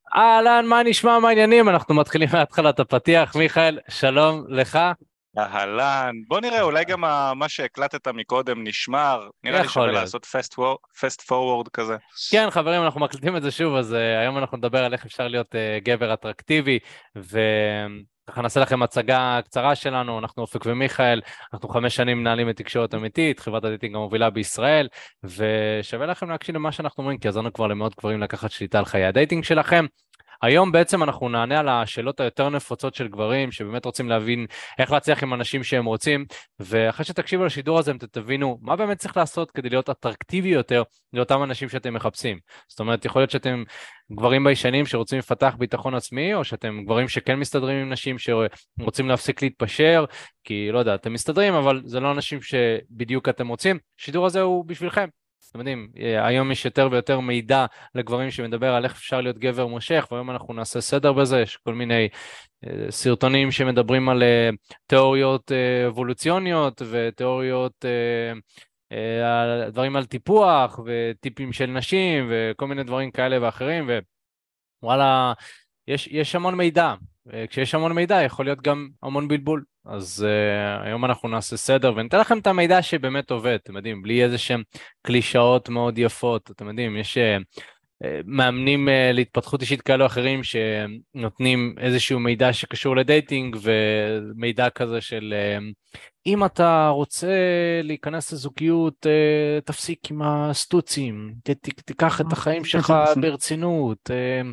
אהלן, מה נשמע, מה העניינים? אנחנו מתחילים מההתחלת הפתיח. מיכאל, שלום לך. אהלן, בוא נראה, אולי גם מה שהקלטת מקודם נשמר, נראה לי יכול שווה להיות. לעשות fast forward כזה. כן, חברים, אנחנו מקליטים את זה שוב, אז היום אנחנו נדבר על איך אפשר להיות גבר אטרקטיבי, וככה נעשה לכם הצגה קצרה שלנו. אנחנו אופק ומיכאל, אנחנו 5 שנים מנהלים את תקשורת אמיתית, חברת הדייטינג המובילה בישראל, ושווה לכם להקשיב למה שאנחנו אומרים, כי עזרנו כבר למאות גברים לקחת שליטה על חיי הדייטינג שלכם. היום בעצם אנחנו נענה על השאלות היותר נפוצות של גברים שבאמת רוצים להבין איך להצליח עם אנשים שהם רוצים, ואחרי שתקשיבו לשידור הזה אתם תבינו מה באמת צריך לעשות כדי להיות אטרקטיבי יותר לאותם אנשים שאתם מחפשים. זאת אומרת, יכול להיות שאתם גברים ביישנים שרוצים לפתח ביטחון עצמי, או שאתם גברים שכן מסתדרים עם נשים שרוצים להפסיק להתפשר, כי לא יודע, אתם מסתדרים אבל זה לא אנשים שבדיוק אתם רוצים. השידור הזה הוא בשבילכם. אתם יודעים, היום יש יותר ויותר מידע לגברים שמדבר על איך אפשר להיות גבר מושך, והיום אנחנו נעשה סדר בזה. יש כל מיני סרטונים שמדברים על תיאוריות אבולוציוניות ותיאוריות, דברים על טיפוח וטיפים של נשים וכל מיני דברים כאלה ואחרים, ווואלה, יש המון מידע. כשיש המון מידע יכול להיות גם המון בלבול. אז היום אנחנו נעשה סדר וניתן לכם את המידע שבאמת עובד, אתם יודעים, בלי איזה שהם קלישאות מאוד יפות. אתם יודעים, יש מאמנים להתפתחות אישית כאלו אחרים שנותנים איזשהו מידע שקשור לדייטינג, ומידע כזה של אם אתה רוצה להיכנס לזוגיות, תפסיק עם הסטוצים, תיקח את החיים שלך ברצינות.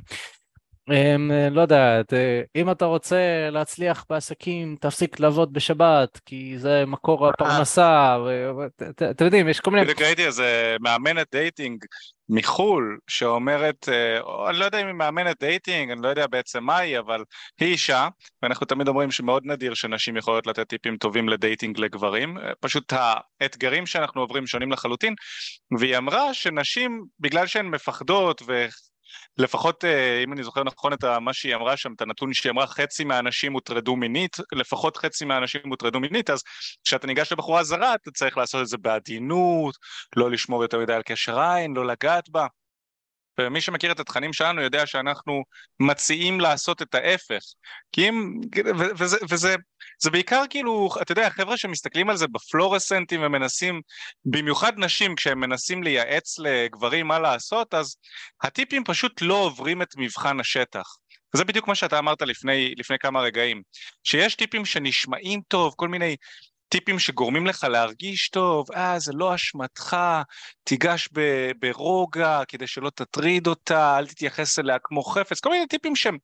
לא יודעת, אם אתה רוצה להצליח בעסקים, תפסיק לעבוד בשבת, כי זה מקור הפרנסה, אתם יודעים, יש כל מיני... בדיוק ראיתי איזה מאמנת דייטינג מחול שאומרת, או אני לא יודע אם היא מאמנת דייטינג, אני לא יודע בעצם מה היא, אבל היא אישה, ואנחנו תמיד אומרים שמאוד נדיר שנשים יכולות לתת טיפים טובים לדייטינג לגברים, פשוט האתגרים שאנחנו עוברים שונים לחלוטין, והיא אמרה שנשים, בגלל שהן מפחדות לפחות, אם אני זוכר נכון את מה שהיא אמרה שם, את הנתון שהיא אמרה, חצי מהאנשים הוטרדו מינית, לפחות חצי מהאנשים הוטרדו מינית, אז כשאתה ניגש לבחורה זרה, אתה צריך לעשות את זה בעדינות, לא לשמור יותר מדי על קשר עין, לא לגעת בה. ומי שמכיר את התכנים שלנו יודע שאנחנו מציעים לעשות את ההפך. כי אם, וזה בעיקר כאילו, אתה יודע, החבר'ה שמסתכלים על זה בפלורסנטים ומנסים, במיוחד נשים, כשהם מנסים לייעץ לגברים מה לעשות, אז הטיפים פשוט לא עוברים את מבחן השטח. וזה בדיוק מה שאתה אמרת לפני כמה רגעים. שיש טיפים שנשמעים טוב, כל מיני טיפים שגורמים לך להרגיש טוב, זה לא אשמתך, תיגש ברוגע כדי שלא תטריד אותה, אל תתייחס אליה כמו חפץ, כל מיני טיפים שהם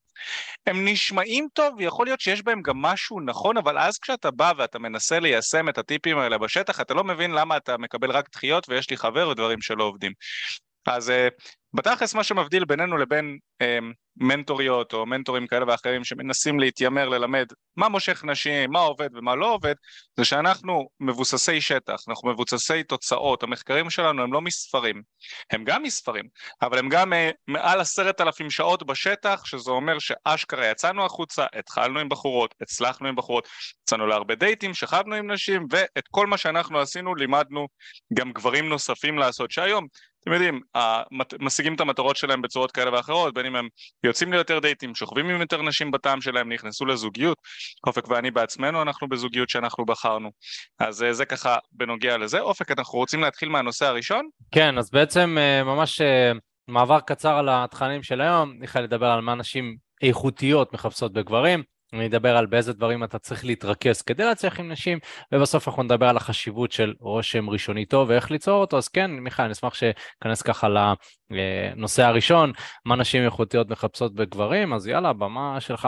נשמעים טוב, ויכול להיות שיש בהם גם משהו נכון, אבל אז כשאתה בא ואתה מנסה ליישם את הטיפים האלה בשטח, אתה לא מבין למה אתה מקבל רק דחיות ויש לי חבר ודברים שלא עובדים. אז בתכלס מה שמבדיל בינינו לבין מנטוריות או מנטורים כאלה ואחרים שמנסים להתיימר ללמד מה מושך נשים, מה עובד ומה לא עובד, זה שאנחנו מבוססי שטח, אנחנו מבוססי תוצאות, המחקרים שלנו הם לא מספרים, הם גם מספרים, אבל הם גם מעל 10,000 שעות בשטח, שזה אומר שאשכרה יצאנו החוצה, התחלנו עם בחורות, הצלחנו עם בחורות, יצאנו להרבה דייטים, שכבנו עם נשים, ואת כל מה שאנחנו עשינו לימדנו גם גברים נוספים לעשות, שהיום אתם יודעים, משיגים את המטרות שלהם בצורות כאלה ואחרות, בין אם הם יוצאים ליותר דייטים, שוכבים עם יותר נשים בטעם שלהם, נכנסו לזוגיות, אופק ואני בעצמנו אנחנו בזוגיות שאנחנו בחרנו. אז זה ככה בנוגע לזה. אופק, אנחנו רוצים להתחיל מהנושא הראשון? כן, אז בעצם ממש מעבר קצר על התכנים של היום. ניחא לדבר על מה נשים איכותיות מחפשות בגברים, אני אדבר על באיזה דברים אתה צריך להתרכז כדי להצליח עם נשים, ובסוף אנחנו נדבר על החשיבות של רושם ראשוני טוב ואיך ליצור אותו. אז כן, מיכאל, אני אשמח שכנס ככה לנושא הראשון, מה נשים איכותיות מחפשות בגברים. אז יאללה, במה שלך.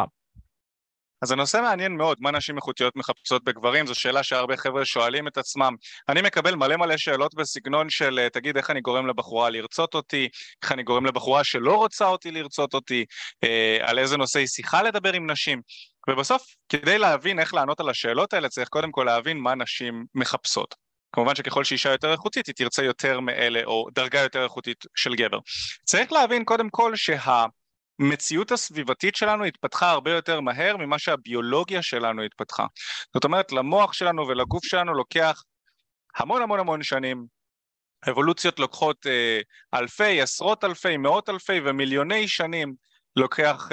אז הנושא מעניין מאוד, מה נשים איכותיות מחפשות בגברים, זו שאלה שהרבה חבר'ה שואלים את עצמם. אני מקבל מלא שאלות בסגנון של, תגיד, איך אני גורם לבחורה לרצות אותי, איך אני גורם לבחורה שלא רוצה אותי לרצות אותי, על איזה נושאי שיחה לדבר עם נשים, ובסוף, כדי להבין איך לענות על השאלות האלה, צריך קודם כל להבין מה נשים מחפשות. כמובן שככל שאישה יותר איכותית, היא תרצה יותר מאלה, או דרגה יותר איכותית של גבר. צריך להבין קודם כל המציאות הסביבתית שלנו התפתחה הרבה יותר מהר ממה שהביולוגיה שלנו התפתחה. זאת אומרת, למוח שלנו ולגוף שלנו לוקח המון שנים, אבולוציות לוקחות אלפי, עשרות אלפי, מאות אלפי ומיליוני שנים לוקח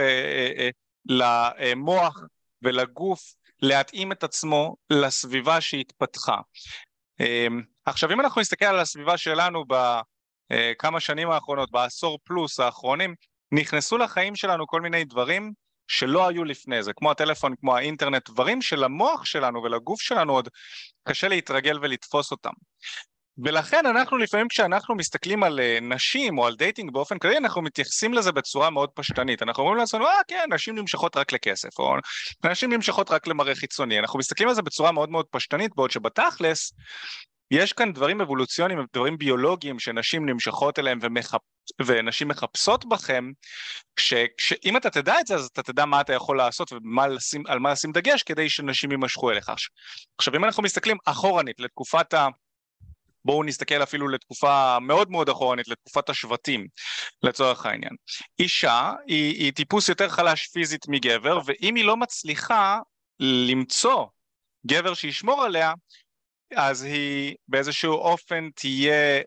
למוח ולגוף להתאים את עצמו לסביבה שהתפתחה. עכשיו, אם אנחנו נסתכל על הסביבה שלנו בכמה שנים האחרונות, בעשור פלוס האחרונים, נכנסו לחיים שלנו כל מיני דברים שלא היו לפני זה, כמו הטלפון, כמו האינטרנט, דברים שלמוח שלנו ולגוף שלנו עוד קשה להתרגל ולתפוס אותם. ולכן אנחנו לפעמים כשאנחנו מסתכלים על נשים או על דייטינג באופן כללי, אנחנו מתייחסים לזה בצורה מאוד פשטנית. אנחנו אומרים לעצמנו, כן, נשים נמשכות רק לכסף, או נשים נמשכות רק למראה חיצוני. אנחנו מסתכלים על זה בצורה מאוד מאוד פשטנית, בעוד שבתכלס יש כאן דברים אבולוציוניים, דברים ביולוגיים שנשים נמשכות אליהם ונשים מחפשות בכם, שאם אתה תדע את זה, אז אתה תדע מה אתה יכול לעשות ועל מה לשים דגש כדי שנשים יימשכו אליך. עכשיו, אם אנחנו מסתכלים אחורנית לתקופת בואו נסתכל אפילו לתקופה מאוד מאוד אחורנית, לתקופת השבטים, לצורך העניין. אישה היא טיפוס יותר חלש פיזית מגבר, ואם היא לא מצליחה למצוא גבר שישמור עליה, אז היא באיזשהו אופן תהיה,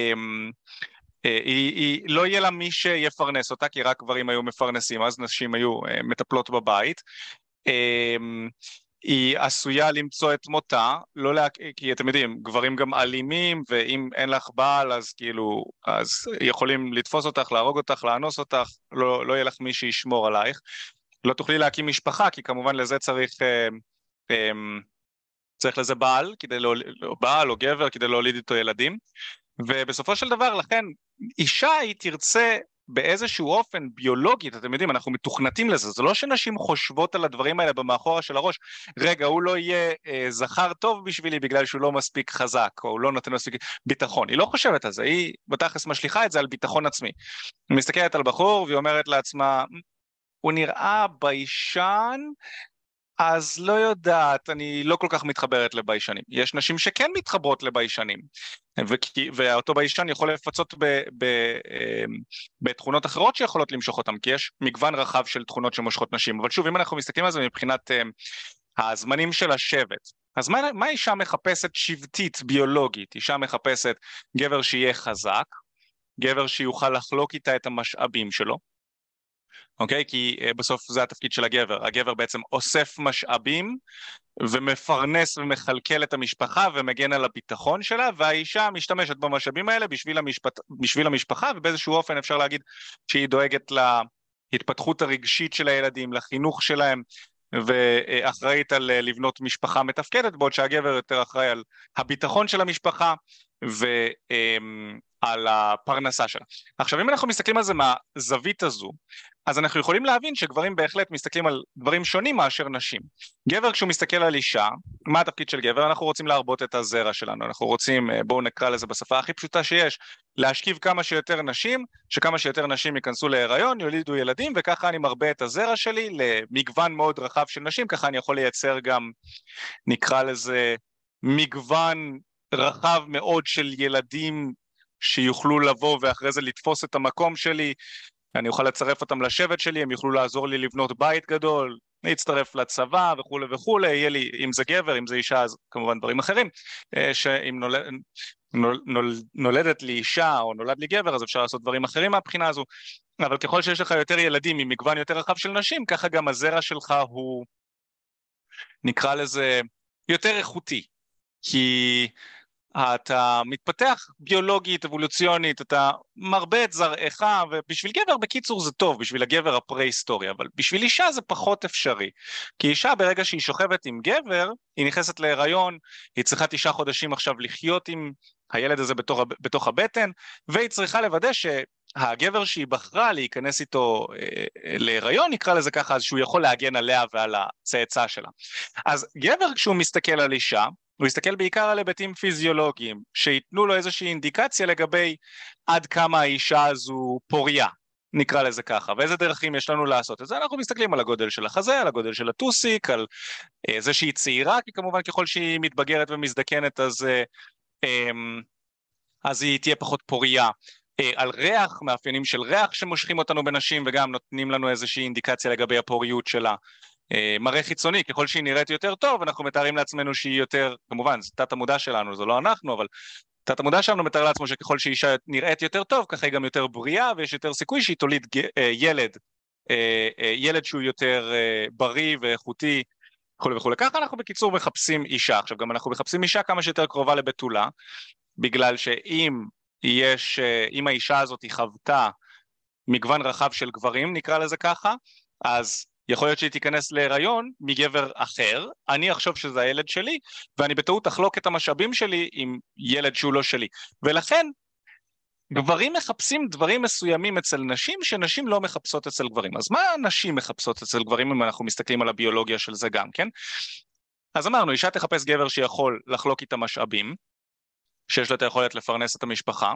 לא יהיה לה מי שיפרנס אותה, כי רק גברים היו מפרנסים, אז נשים היו מטפלות בבית, היא עשויה למצוא את מותה, כי אתם יודעים, גברים גם אלימים, ואם אין לך בעל, אז כאילו, אז יכולים לתפוס אותך, להרוג אותך, לאנוס אותך, לא יהיה לך מי שישמור עלייך, לא תוכלי להקים משפחה, כי כמובן לזה צריך לזה בעל, בעל או גבר, כדי להוליד איתו ילדים, ובסופו של דבר, לכן, אישה היא תרצה באיזשהו אופן ביולוגית, אתם יודעים, אנחנו מתוכנתים לזה, זה לא שנשים חושבות על הדברים האלה במאחורה של הראש, רגע, הוא לא יהיה זכר טוב בשבילי בגלל שהוא לא מספיק חזק, או הוא לא נותן מספיק ביטחון, היא לא חושבת על זה, היא בתכלס משליחה את זה על ביטחון עצמי, היא מסתכלת על בחור והיא אומרת לעצמה, הוא נראה ביישן, אז לא יודעת, אני לא כל כך מתחברת לביישנים. יש נשים שכן מתחברות לביישנים, ואותו ביישן יכול לפצות בתכונות אחרות שיכולות למשוך אותם, כי יש מגוון רחב של תכונות שמושכות נשים. אבל שוב, אם אנחנו מסתכלים על זה מבחינת הזמנים של השבט, אז מה אישה מחפשת שבטית, ביולוגית? אישה מחפשת גבר שיהיה חזק, גבר שיוכל לחלוק איתה את המשאבים שלו, אוקיי? כי בסוף זה התפקיד של הגבר. הגבר בעצם אוסף משאבים ומפרנס ומחלקל את המשפחה ומגן על הביטחון שלה, והאישה משתמשת במשאבים האלה בשביל המשפחה, ובאיזשהו אופן אפשר להגיד שהיא דואגת להתפתחות הרגשית של הילדים, לחינוך שלהם, ואחראית על לבנות משפחה מתפקדת, בעוד שהגבר יותר אחראי על הביטחון של המשפחה ועל הפרנסה שלה. עכשיו, אם אנחנו מסתכלים על זה מהזווית הזו, אז אנחנו יכולים להבין שגברים בהחלט מסתכלים על דברים שונים מאשר נשים. גבר כשהוא מסתכל על אישה, מה התפקיד של גבר? אנחנו רוצים להרבות את הזרע שלנו, אנחנו רוצים, בואו נקרא לזה בשפה הכי פשוטה שיש, להשכיב כמה שיותר נשים, שכמה שיותר נשים ייכנסו להיריון, יולידו ילדים, וככה אני מרבה את הזרע שלי למגוון מאוד רחב של נשים, ככה אני יכול לייצר גם, נקרא לזה, מגוון רחב מאוד של ילדים שיוכלו לבוא ואחרי זה לתפוס את המקום שלי, אני אוכל לצרף אותם לשבט שלי, הם יוכלו לעזור לי לבנות בית גדול, להצטרף לצבא וכו' וכו', יהיה לי, אם זה גבר, אם זה אישה, אז כמובן דברים אחרים, שאם נולדת לי אישה או נולד לי גבר, אז אפשר לעשות דברים אחרים מהבחינה הזו, אבל ככל שיש לך יותר ילדים עם מגוון יותר רחב של נשים, ככה גם הזרע שלך הוא, נקרא לזה, יותר איכותי, כי אתה מתפתח ביולוגית, אבולוציונית, אתה מרבה את זרעך, ובשביל גבר בקיצור זה טוב, בשביל הגבר הפרה-היסטורי, אבל בשביל אישה זה פחות אפשרי, כי אישה ברגע שהיא שוכבת עם גבר, היא נכנסת להיריון, היא צריכה 9 חודשים עכשיו לחיות עם הילד הזה בתוך הבטן, והיא צריכה לוודא שהגבר שהיא בחרה להיכנס איתו להיריון, נקרא לזה ככה, אז שהוא יכול להגן עליה ועל הצאצא שלה. אז גבר כשהוא מסתכל על אישה, הוא יסתכל בעיקר על היבטים פיזיולוגיים, שיתנו לו איזושהי אינדיקציה לגבי עד כמה האישה הזו פוריה, נקרא לזה ככה, ואיזה דרכים יש לנו לעשות את זה. אנחנו מסתכלים על הגודל של החזה, על הגודל של הטוסיק, על זה שהיא צעירה, כי כמובן ככל שהיא מתבגרת ומזדקנת, אז היא תהיה פחות פוריה. על ריח, מאפיינים של ריח שמושכים אותנו בנשים, וגם נותנים לנו איזושהי אינדיקציה לגבי הפוריות שלה. מראה חיצוני, ככל שהיא נראית יותר טוב, אנחנו מתארים לעצמנו שהיא יותר, כמובן, זה תת המודע שלנו, זה לא אנחנו, אבל תת המודע שלנו מתאר לעצמו שככל שאישה נראית יותר טוב, ככה היא גם יותר בריאה, ויש יותר סיכוי שהיא תוליד ילד ילד שהוא יותר בריא ואיכותי, וכו' וכו'. ככה אנחנו בקיצור מחפשים אישה. עכשיו גם אנחנו מחפשים אישה כמה שיותר קרובה לבתולה, בגלל שאם אם האישה הזאת היא חוותה מגוון רחב של גברים, נקרא לזה ככה, אז יכול להיות שהיא תיכנס להיריון מגבר אחר, אני אחשוב שזה הילד שלי, ואני בטעות אחלוק את המשאבים שלי עם ילד שהוא לא שלי. ולכן, גברים מחפשים דברים מסוימים אצל נשים, שנשים לא מחפשות אצל גברים. אז מה נשים מחפשות אצל גברים, אם אנחנו מסתכלים על הביולוגיה של זה גם, כן? אז אמרנו, אישה תחפש גבר שיכול לחלוק איתה משאבים, שיש לו את היכולת לפרנס את המשפחה,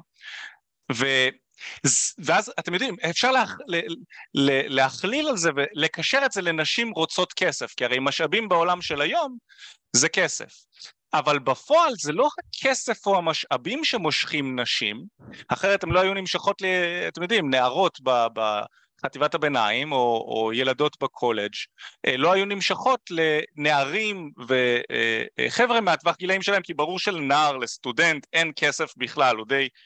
ואז אתם יודעים, אפשר להכליל על זה ולקשר את זה לנשים רוצות כסף, כי הרי משאבים בעולם של היום זה כסף. אבל בפועל זה לא הכסף או המשאבים שמושכים נשים, אחרת הם לא היו נמשכות, אתם יודעים, נערות בחטיבת הביניים או ילדות בקולג', לא היו נמשכות לנערים וחבר'ה מהטווח גילאים שלהם, כי ברור שלנער לסטודנט אין כסף בכלל, הוא די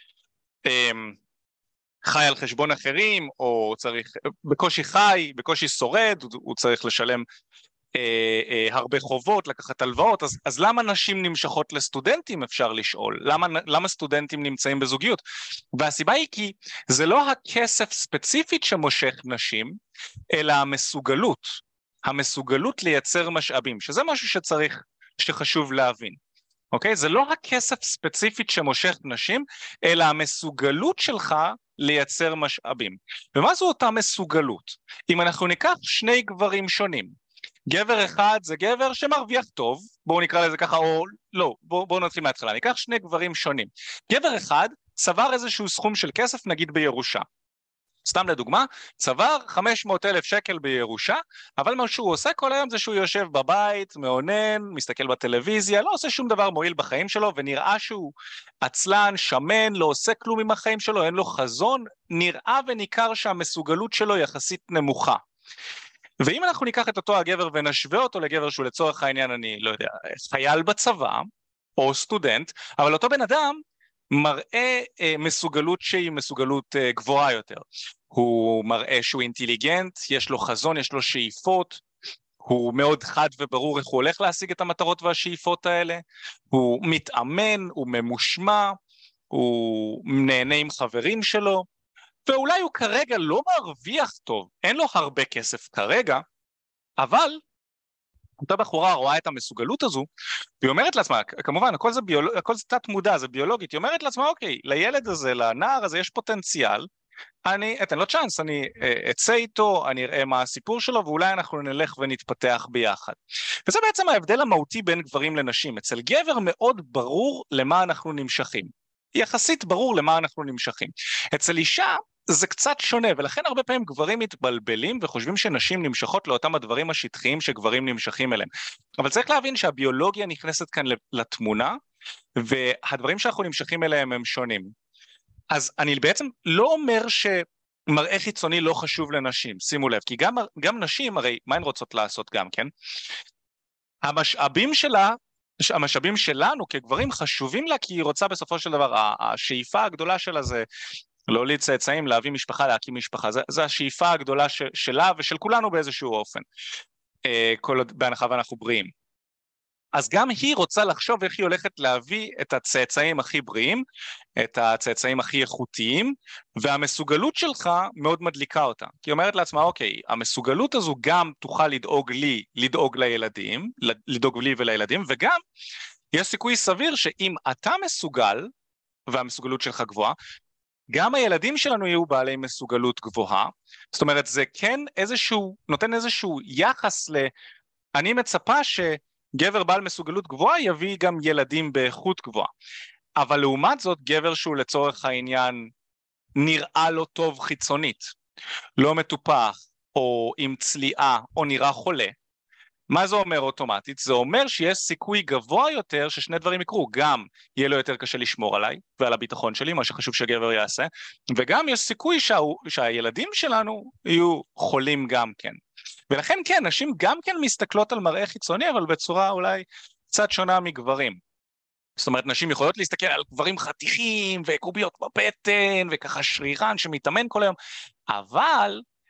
חי על חשבון אחרים, או צריך, בקושי חי, בקושי שורד, הוא צריך לשלם הרבה חובות, לקחת הלוואות. אז למה נשים נמשכות לסטודנטים, אפשר לשאול? למה סטודנטים נמצאים בזוגיות? והסיבה היא כי זה לא הכסף ספציפית שמושך נשים, אלא המסוגלות לייצר משאבים, שזה משהו שחשוב להבין. אוקיי? זה לא הכסף ספציפית שמושך נשים, אלא המסוגלות שלך לייצר משאבים. ומה זו אותה מסוגלות? אם אנחנו ניקח שני גברים שונים, גבר אחד זה גבר שמרוויח טוב, בואו נקרא לזה ככה, או לא, בואו נתחיל מההתחלה, ניקח שני גברים שונים. גבר אחד צבר איזשהו סכום של כסף, נגיד בירושה. סתם לדוגמה, צבר 500,000 שקל בירושה, אבל מה שהוא עושה כל היום זה שהוא יושב בבית, מעונן, מסתכל בטלוויזיה, לא עושה שום דבר מועיל בחיים שלו, ונראה שהוא עצלן, שמן, לא עושה כלום עם החיים שלו, אין לו חזון, נראה וניכר שהמסוגלות שלו יחסית נמוכה. ואם אנחנו ניקח את אותו הגבר ונשווה אותו לגבר שהוא לצורך העניין, אני לא יודע, חייל בצבא, או סטודנט, אבל אותו בן אדם מראה מסוגלות שהיא מסוגלות גבוהה יותר. הוא מראה שהוא אינטליגנט, יש לו חזון, יש לו שאיפות, הוא מאוד חד וברור איך הוא הולך להשיג את המטרות והשאיפות האלה, הוא מתאמן, הוא ממושמע, הוא נהנה עם חברים שלו, ואולי הוא כרגע לא מרוויח טוב, אין לו הרבה כסף כרגע, אבל אותה בחורה רואה את המסוגלות הזו, והיא אומרת לעצמה, כמובן, הכל זה תת מודע, זה ביולוגית, היא אומרת לעצמה, אוקיי, לילד הזה, לנער הזה יש פוטנציאל, אני אתן לו צ'אנס, אני אצא איתו, אני אראה מה הסיפור שלו, ואולי אנחנו נלך ונתפתח ביחד. וזה בעצם ההבדל המהותי בין גברים לנשים. אצל גבר מאוד ברור למה אנחנו נמשכים. יחסית ברור למה אנחנו נמשכים. אצל אישה זה קצת שונה, ולכן הרבה פעמים גברים מתבלבלים וחושבים שנשים נמשכות לאותם הדברים השטחיים שגברים נמשכים אליהם. אבל צריך להבין שהביולוגיה נכנסת כאן לתמונה, והדברים שאנחנו נמשכים אליהם הם שונים. אז אני בעצם לא אומר שמראה חיצוני לא חשוב לנשים, שימו לב, כי גם נשים, הרי מה הן רוצות לעשות גם, כן? המשאבים שלנו כגברים חשובים לה, כי היא רוצה בסופו של דבר, השאיפה הגדולה שלה זה לא לצאצאים, להביא משפחה, להקים משפחה, זה השאיפה הגדולה שלה ושל כולנו באיזשהו אופן, בהנחה ואנחנו בריאים. אז גם היא רוצה לחשוב איך היא הולכת להביא את הצאצאים הכי בריאים, את הצאצאים הכי איכותיים, והמסוגלות שלך מאוד מדליקה אותה. כי היא אומרת לעצמה, אוקיי, המסוגלות הזו גם תוכל לדאוג לילדים, לדאוג לי ולילדים, וגם יש סיכוי סביר שאם אתה מסוגל, והמסוגלות שלך גבוהה, גם הילדים שלנו יהיו בעלי מסוגלות גבוהה. זאת אומרת, זה כן נותן איזשהו יחס אני מצפה גבר בעל מסוגלות גבוהה יביא גם ילדים באיכות גבוהה. אבל לעומת זאת, גבר שהוא לצורך העניין נראה לא טוב חיצונית, לא מטופח, או עם צליעה, או נראה חולה, מה זה אומר אוטומטית? זה אומר שיש סיכוי גבוה יותר ששני דברים יקרו, גם יהיה לו יותר קשה לשמור עליי ועל הביטחון שלי, מה שחשוב שגבר יעשה, וגם יש סיכוי שהילדים שלנו יהיו חולים גם כן. ולכן כן, נשים גם כן מסתכלות על מראה חיצוני, אבל בצורה אולי קצת שונה מגברים. זאת אומרת, נשים יכולות להסתכל על גברים חתיכים וקוביות בבטן וככה שרירן שמתאמן כל היום, אבל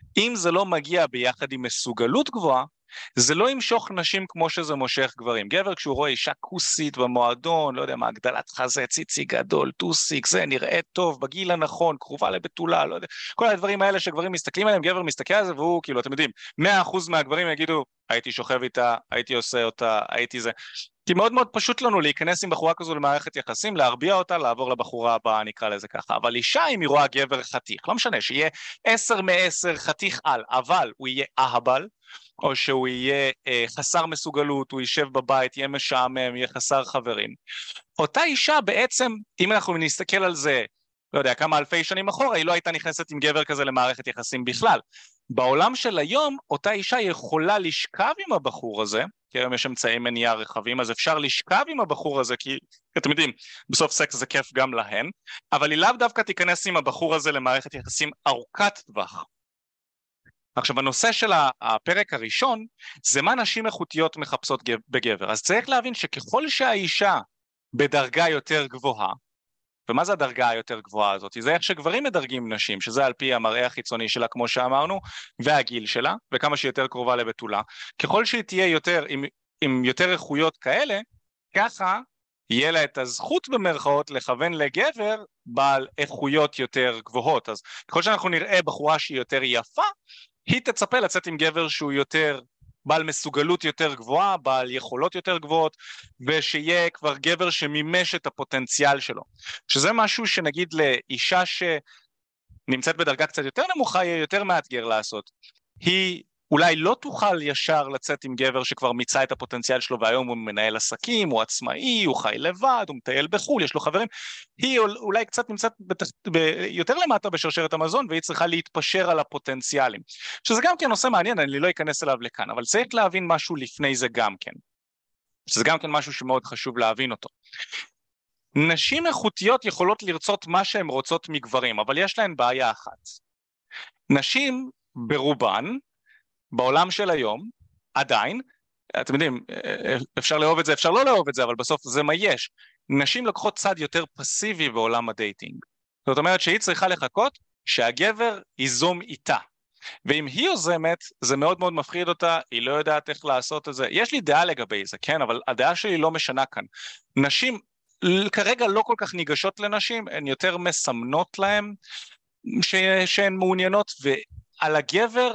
אם זה לא מגיע ביחד עם מסוגלות גבוהה, זה לא ימשוך נשים כמו שזה מושך גברים. גבר כשהוא רואה אישה כוסית במועדון, לא יודע מה, הגדלת חזה, ציצי גדול, טוסיק, זה נראה טוב, בגיל הנכון, קרובה לבתולה, לא יודע, כל הדברים האלה שגברים מסתכלים עליהם, גבר מסתכל על זה, והוא כאילו, אתם יודעים, 100% מהגברים יגידו, הייתי שוכב איתה, הייתי עושה אותה, הייתי זה. כי מאוד מאוד פשוט לנו להיכנס עם בחורה כזו למערכת יחסים, להרביע אותה, לעבור לבחורה הבאה, נקרא לזה ככה. אבל אישה, אם היא רואה גבר חתיך, לא משנה, שיהיה 10 מ-10 חתיך על, אבל הוא יהיה אהבל, או שהוא יהיה חסר מסוגלות, הוא יישב בבית, יהיה משעמם, יהיה חסר חברים. אותה אישה בעצם, אם אנחנו נסתכל על זה, לא יודע, כמה אלפי שנים אחורה, היא לא הייתה נכנסת עם גבר כזה למערכת יחסים בכלל. בעולם של היום, אותה אישה יכולה לשכב עם הבחור הזה, כי היום יש אמצעי מניעה רחבים, אז אפשר לשכב עם הבחור הזה, כי אתם יודעים, בסוף סקס זה כיף גם להן, אבל היא לאו דווקא תיכנס עם הבחור הזה למערכת יחסים ארוכת טווח. עכשיו, הנושא של הפרק הראשון, זה מה נשים איכותיות מחפשות בגבר. אז צריך להבין שככל שהאישה בדרגה יותר גבוהה, ומה זה הדרגה היותר גבוהה הזאת? זה איך שגברים מדרגים נשים, שזה על פי המראה החיצוני שלה, כמו שאמרנו, והגיל שלה, וכמה שהיא יותר קרובה לבתולה. ככל שהיא תהיה יותר, עם יותר איכויות כאלה, ככה יהיה לה את הזכות במרכאות לכוון לגבר בעל איכויות יותר גבוהות. אז ככל שאנחנו נראה בחורה שהיא יותר יפה, היא תצפה לצאת עם גבר שהוא יותר בעל מסוגלות יותר גבוהה, בעל יכולות יותר גבוהות, ושיהיה כבר גבר שמימש את הפוטנציאל שלו. שזה משהו שנגיד לאישה שנמצאת בדרגה קצת יותר נמוכה, יהיה יותר מאתגר לעשות. היא אולי לא תוכל ישר לצאת עם גבר שכבר מיצה את הפוטנציאל שלו, והיום הוא מנהל עסקים, הוא עצמאי, הוא חי לבד, הוא מטייל בחול, יש לו חברים. היא אולי קצת נמצאת יותר למטה בשרשרת המזון, והיא צריכה להתפשר על הפוטנציאלים. שזה גם כן נושא מעניין, אני לא אכנס אליו לכאן, אבל צריך להבין משהו לפני זה גם כן. שזה גם כן משהו שמאוד חשוב להבין אותו. נשים איכותיות יכולות לרצות מה שהן רוצות מגברים, אבל יש להן בעיה אחת. נשים ברובן, בעולם של היום, עדיין, אתם יודעים, אפשר לאהוב את זה, אפשר לא לאהוב את זה, אבל בסוף זה מה יש. נשים לוקחות צד יותר פסיבי בעולם הדייטינג. זאת אומרת שהיא צריכה לחכות שהגבר ייזום איתה. ואם היא יוזמת, זה מאוד מאוד מפחיד אותה, היא לא יודעת איך לעשות את זה. יש לי דעה לגבי זה, כן, אבל הדעה שלי לא משנה כאן. נשים כרגע לא כל כך ניגשות לנשים, הן יותר מסמנות להן שהן מעוניינות, ועל הגבר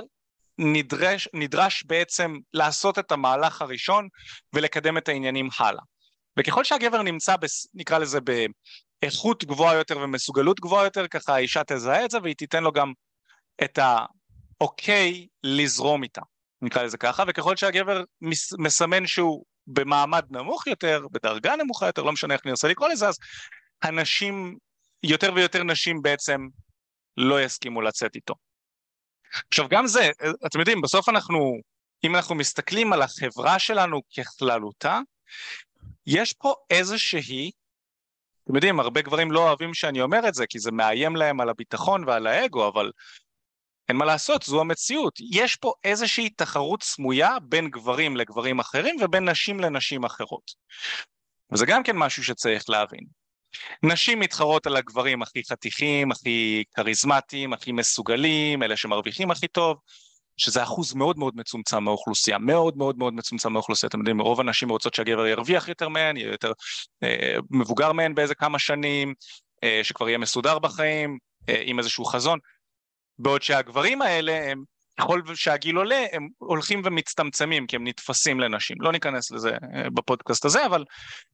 נדרש בעצם לעשות את המהלך הראשון ולקדם את העניינים הלאה. וככל שהגבר נמצא, נקרא לזה, באיכות גבוהה יותר ומסוגלות גבוהה יותר, ככה האישה תזהה את זה והיא תיתן לו גם את האוקיי לזרום איתה, נקרא לזה ככה, וככל שהגבר מסמן שהוא במעמד נמוך יותר, בדרגה נמוכה יותר, לא משנה איך נרצה לקרוא לזה, אז הנשים, יותר ויותר נשים בעצם לא יסכימו לצאת איתו. עכשיו גם זה, אתם יודעים, בסוף אם אנחנו מסתכלים על החברה שלנו ככללותה, יש פה איזושהי, אתם יודעים, הרבה גברים לא אוהבים שאני אומר את זה, כי זה מאיים להם על הביטחון ועל האגו, אבל אין מה לעשות, זו המציאות. יש פה איזושהי תחרות סמויה בין גברים לגברים אחרים, ובין נשים לנשים אחרות. וזה גם כן משהו שצריך להבין. נשים מתחרות על הגברים הכי חתיכים, הכי קריזמטיים, הכי מסוגלים, אלה שמרוויחים הכי טוב, שזה אחוז מאוד מאוד מצומצם מהאוכלוסייה, מאוד מאוד מאוד מצומצם מהאוכלוסייה. אתם יודעים, רוב הנשים רוצות שהגבר ירוויח יותר מהן, יהיה יותר מבוגר מהן באיזה כמה שנים, שכבר יהיה מסודר בחיים, עם איזשהו חזון. בעוד שהגברים האלה, ככל שהגיל עולה, הם הולכים ומצטמצמים, כי הם נתפסים לנשים. לא ניכנס לזה בפודקאסט הזה, אבל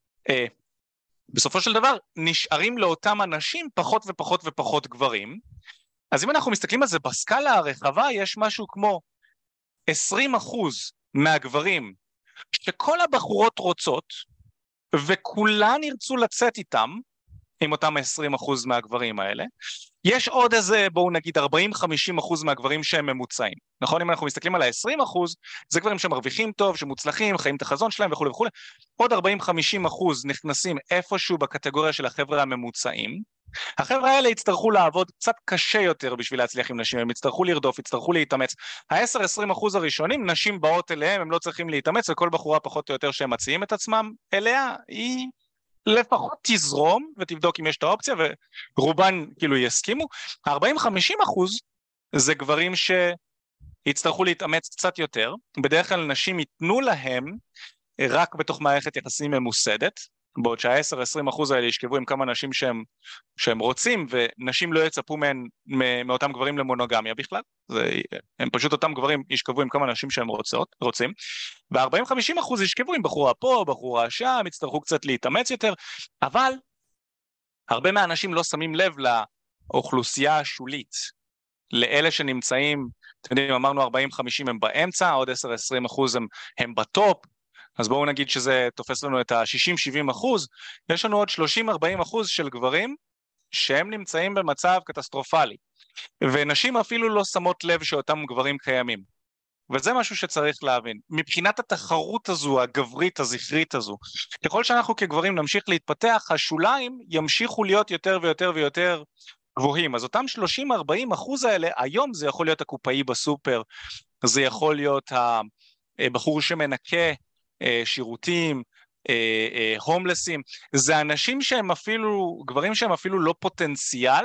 בסופו של דבר נשארים לאותם אנשים פחות ופחות ופחות גברים. אז אם אנחנו מסתכלים על זה בסקאלה הרחבה, יש משהו כמו 20% מהגברים שכל הבחורות רוצות, וכולן ירצו לצאת איתם, עם אותם 20% מהגברים האלה. יש עוד איזה, בואו נגיד 40-50% מהגברים שהם ממוצעים. נכון? אם אנחנו מסתכלים על ה-20%, זה גברים שמרוויחים טוב, שמוצלחים, חיים את החזון שלהם וכו' וכו'. עוד 40-50% נכנסים איפשהו בקטגוריה של החבר'ה הממוצעים. החבר'ה האלה יצטרכו לעבוד קצת קשה יותר בשביל להצליח עם נשים, הם יצטרכו לרדוף, יצטרכו להתאמץ. ה-10-20% הראשונים, נשים באות אליהם, הם לא צריכים להתאמץ, וכל בחורה פחות או יותר שהם מציעים את עצמם אליה, היא לפחות תזרום ותבדוק אם יש את האופציה, ורובן כאילו יסכימו. ה-40-50% זה גברים יצטרכו להתאמץ קצת יותר, בדרך כלל נשים ייתנו להם רק בתוך מערכת יחסים ממוסדת, בעוד שה-10-20% האלה ישכבו עם כמה נשים שהם רוצים, ונשים לא יצפו מאותם גברים למונוגמיה בכלל, הם פשוט אותם גברים ישכבו עם כמה נשים שהם רוצים, ו-40-50% ישכבו עם בחורה פה, בחורה שם, יצטרכו קצת להתאמץ יותר, אבל הרבה מהאנשים לא שמים לב לאוכלוסייה השולית, לאלה שנמצאים, אתם יודעים, אמרנו 40-50 הם באמצע, עוד 10-20% הם בטופ, אז בואו נגיד שזה תופס לנו את ה-60-70%, יש לנו עוד 30-40% של גברים שהם נמצאים במצב קטסטרופלי, ונשים אפילו לא שמות לב שאותם גברים קיימים, וזה משהו שצריך להבין. מבחינת התחרות הזו, הגברית, הזכרית הזו, ככל שאנחנו כגברים נמשיך להתפתח, השוליים ימשיכו להיות יותר ויותר ויותר גבוהים, אז אותם 30-40% האלה, היום זה יכול להיות הקופאי בסופר, זה יכול להיות הבחור שמנקה שירותים, הומלסים, זה אנשים שהם אפילו, גברים שהם אפילו לא פוטנציאל,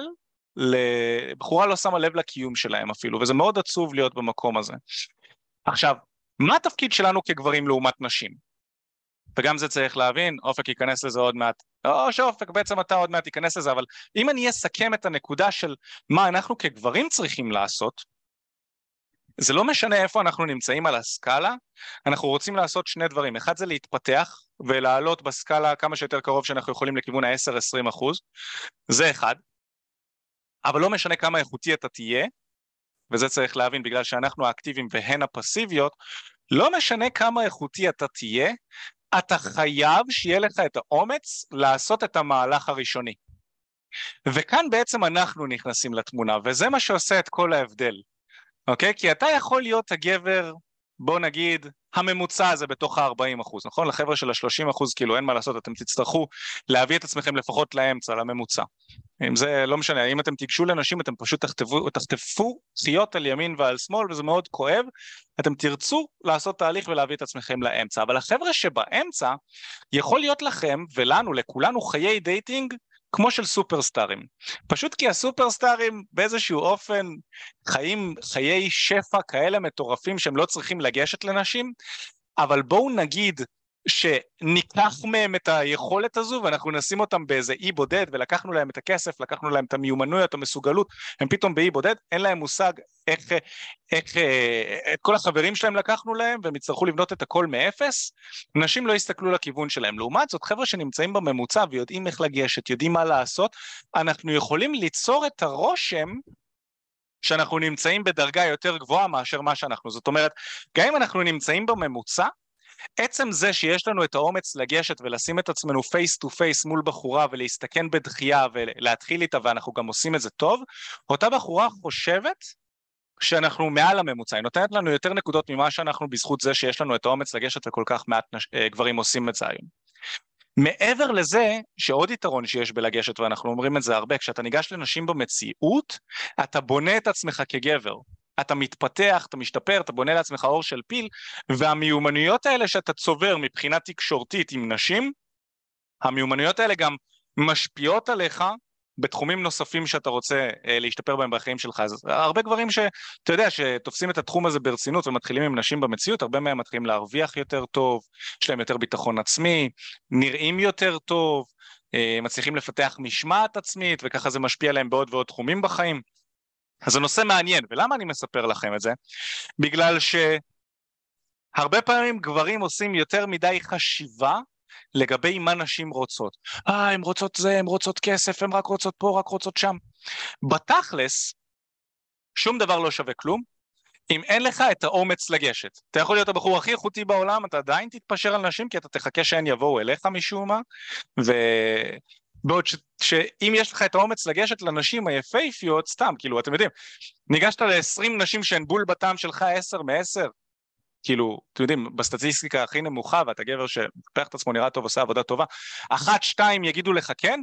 בחורה לא שמה לב לקיום שלהם אפילו, וזה מאוד עצוב להיות במקום הזה. עכשיו, מה התפקיד שלנו כגברים לעומת נשים? וגם זה צריך להבין, אופק ייכנס לזה עוד מעט, או שאופק בעצם אתה עוד מעט ייכנס לזה, אבל אם אני אסכם את הנקודה של מה אנחנו כגברים צריכים לעשות, זה לא משנה איפה אנחנו נמצאים על הסקאלה, אנחנו רוצים לעשות שני דברים, אחד זה להתפתח ולעלות בסקאלה כמה שיותר קרוב שאנחנו יכולים לכיוון ה-10-20%, זה אחד, אבל לא משנה כמה איכותי אתה תהיה, וזה צריך להבין בגלל שאנחנו האקטיביים והן הפסיביות, לא משנה כמה איכותי אתה תהיה, אתה חייב שיהיה לך את האומץ לעשות את המהלך הראשוני. וכאן בעצם אנחנו נכנסים לתמונה, וזה מה שעושה את כל ההבדל. אוקיי? כי אתה יכול להיות הגבר, בוא נגיד, הממוצע הזה בתוך ה-40%, נכון? לחבר'ה של ה-30%, כאילו אין מה לעשות, אתם תצטרכו להביא את עצמכם לפחות לאמצע, לממוצע. אם זה לא משנה, אם אתם תיגשו לנשים, אתם פשוט תחטפו חיות על ימין ועל שמאל, וזה מאוד כואב, אתם תרצו לעשות תהליך ולהביא את עצמכם לאמצע, אבל החבר'ה שבאמצע, יכול להיות לכם ולנו, לכולנו, חיי דייטינג, כמו של סופרסטארים, פשוט כי הסופרסטארים באיזשהו אופן חיים חיי שפע כאלה מטורפים שהם לא צריכים לגשת לנשים, אבל בואו נגיד שניקח מהם את היכולת הזו ואנחנו נשים אותם באיזה אי בודד ולקחנו להם את הכסף, לקחנו להם את המיומנויות, המסוגלות, הם פתאום באי בודד, אין להם מושג איך את כל החברים שלהם לקחנו להם והם יצטרכו לבנות את הכל מאפס, נשים לא יסתכלו לכיוון שלהם. לעומת זאת, חבר'ה שנמצאים בממוצע ויודעים איך לגשת, יודעים מה לעשות, אנחנו יכולים ליצור את הרושם שאנחנו נמצאים בדרגה יותר גבוהה מאשר מה שאנחנו. זאת אומרת, גם אם אנחנו נמצאים בממוצע, עצם זה שיש לנו את האומץ לגשת ולשים את עצמנו פייס טו פייס מול בחורה ולהסתכן בדחייה ולהתחיל איתה ואנחנו גם עושים את זה טוב, אותה בחורה חושבת שאנחנו מעל הממוצע, היא נותנת לנו יותר נקודות ממה שאנחנו בזכות זה שיש לנו את האומץ לגשת וכל כך מעט גברים עושים את זה היום. מעבר לזה שעוד יתרון שיש בלגשת ואנחנו אומרים את זה הרבה, כשאתה ניגש לנשים במציאות, אתה בונה את עצמך כגבר. אתה מתפתח, אתה משתפר, אתה בונה לעצמך אור של פיל, והמיומנויות האלה שאתה צובר מבחינה תקשורתית עם נשים, המיומנויות האלה גם משפיעות עליך בתחומים נוספים שאתה רוצה להשתפר בהם בחיים שלך. אז הרבה גברים שאתה יודע שתופסים את התחום הזה ברצינות ומתחילים עם נשים במציאות, הרבה מהם מתחילים להרוויח יותר טוב, יש להם יותר ביטחון עצמי, נראים יותר טוב, מצליחים לפתח משמעת עצמית, וככה זה משפיע עליהם בעוד ועוד תחומים בחיים. אז זה נושא מעניין, ולמה אני מספר לכם את זה? בגלל שהרבה פעמים גברים עושים יותר מדי חשיבה לגבי מה נשים רוצות. הן רוצות זה, הן רוצות כסף, הן רק רוצות פה, רק רוצות שם. בתכלס, שום דבר לא שווה כלום, אם אין לך את האומץ לגשת. אתה יכול להיות הבחור הכי איכותי בעולם, אתה עדיין תתפשר על נשים, כי אתה תחכה שהן יבואו אליך משום מה, בעוד שאם יש לך את האומץ לגשת לנשים היפהפיות, סתם, כאילו, אתם יודעים, ניגשת ל-20 נשים שהן בול בטעם שלך 10 מ-10, כאילו, אתם יודעים, בסטטיסטיקה הכי נמוכה, ואתה גבר שפתח את עצמו נראה טוב, עושה עבודה טובה, 1-2 יגידו לך כן,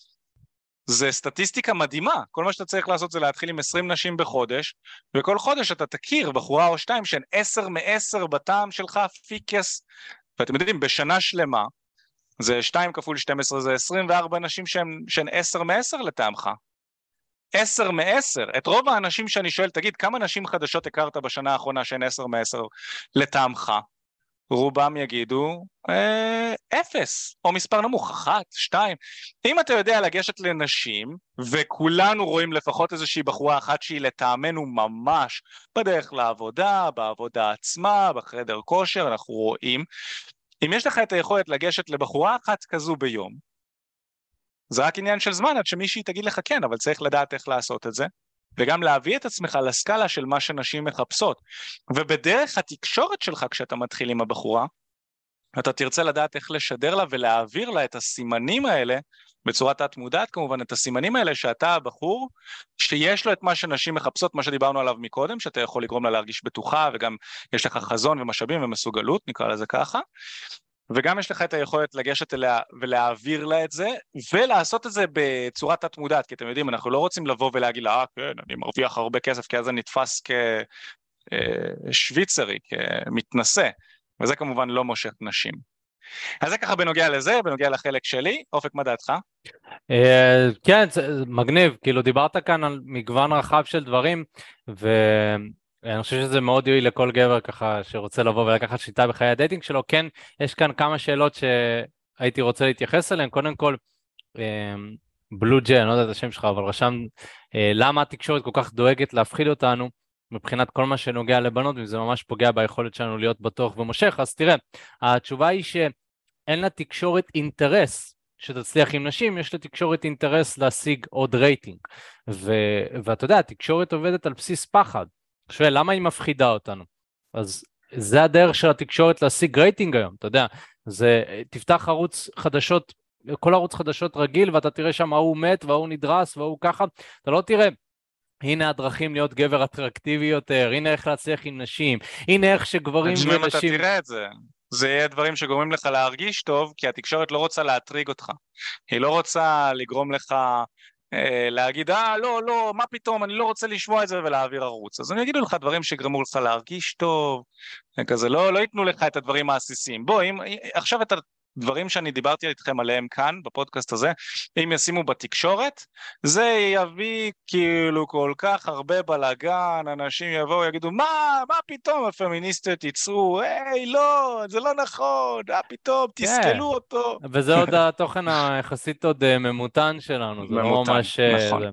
זה סטטיסטיקה מדהימה, כל מה שאתה צריך לעשות זה להתחיל עם 20 נשים בחודש, וכל חודש אתה תכיר בחורה או 2 שהן 10 מ-10 בטעם שלך פיקס, ואתם יודעים, בשנה שלמה, זה 2 כפול 12, זה 24 נשים שהן 10 מ-10 לטעמך. 10 מ-10. את רוב האנשים שאני שואל, תגיד, כמה נשים חדשות הכרת בשנה האחרונה שהן 10 מ-10 לטעמך? רובם יגידו 0, או מספר נמוך, 1, 2. אם אתה יודע לגשת לנשים, וכולנו רואים לפחות איזושהי בחורה אחת שהיא לטעמנו ממש בדרך לעבודה, בעבודה עצמה, בחדר כושר, אנחנו רואים, אם יש לך את היכולת לגשת לבחורה אחת כזו ביום, זה רק עניין של זמן עד שמישהי תגיד לך כן, אבל צריך לדעת איך לעשות את זה, וגם להביא את עצמך לסקאלה של מה שנשים מחפשות. ובדרך התקשורת שלך כשאתה מתחיל עם הבחורה, אתה תרצה לדעת איך לשדר לה ולהעביר לה את הסימנים האלה, בצורה תת מודעת כמובן, את הסימנים האלה שאתה הבחור, שיש לו את מה שנשים מחפשות, מה שדיברנו עליו מקודם, שאתה יכול לגרום לה להרגיש בטוחה, וגם יש לך חזון ומשאבים ומסוגלות, נקרא לזה ככה, וגם יש לך את היכולת לגשת אליה ולהעביר לה את זה, ולעשות את זה בצורה תת מודעת, כי אתם יודעים, אנחנו לא רוצים לבוא ולהגיד לה, כן, אני מרוויח הרבה כסף, כי אז אני נתפס כשוויצרי, כמתנשא, וזה כמובן לא מושך נשים. אז זה ככה בנוגע לזה, בנוגע לחלק שלי. אופק, מה דעתך? כן, מגניב, כאילו דיברת כאן על מגוון רחב של דברים, ואני חושב שזה מאוד יועיל לכל גבר ככה שרוצה לבוא ולקחת שליטה בחיי הדייטינג שלו. כן, יש כאן כמה שאלות שהייתי רוצה להתייחס אליהן. קודם כל, בלו ג'י, אני לא יודע את השם שלך, אבל רשם, למה התקשורת כל כך דואגת להפחיד אותנו מבחינת כל מה שנוגע לבנות, וזה ממש פוגע ביכולת שלנו להיות בטוח ומושך. אז תראה, התשובה היא שאין לתקשורת אינטרס שתצליח עם נשים, יש לתקשורת אינטרס להשיג עוד רייטינג. ואתה יודע, התקשורת עובדת על בסיס פחד. שואל, למה היא מפחידה אותנו? אז זה הדרך של התקשורת להשיג רייטינג היום, אתה יודע, תפתח ערוץ חדשות, כל ערוץ חדשות רגיל, ואתה תראה שם ההוא מת, והוא נדרס, והוא ככה, אתה לא תראה, הנה הדרכים להיות גבר אטרקטיבי יותר, הנה איך להצליח עם נשים, הנה איך שגברים ונשים... אתה תראה את זה. זה יהיה דברים שגורמים לך להרגיש טוב, כי התקשורת לא רוצה להטריג אותך. היא לא רוצה לגרום לך להגיד, לא, מה פתאום, אני לא רוצה לשמוע את זה ולהעביר ערוץ. אז אני אגידו לך דברים שגרמו לך להרגיש טוב, כזה, לא ייתנו לך את הדברים העסיסיים. בוא, עכשיו את הדברים שאני דיברתי איתכם עליהם כאן, בפודקאסט הזה, אם ישימו בתקשורת, זה יביא כאילו כל כך הרבה בלגן, אנשים יבואו יגידו, מה פתאום הפמיניסטיות ייצאו, לא, זה לא נכון, פתאום, תסכלו אותו. וזה עוד התוכן היחסית עוד ממותן שלנו, זה לא ממש... נכון.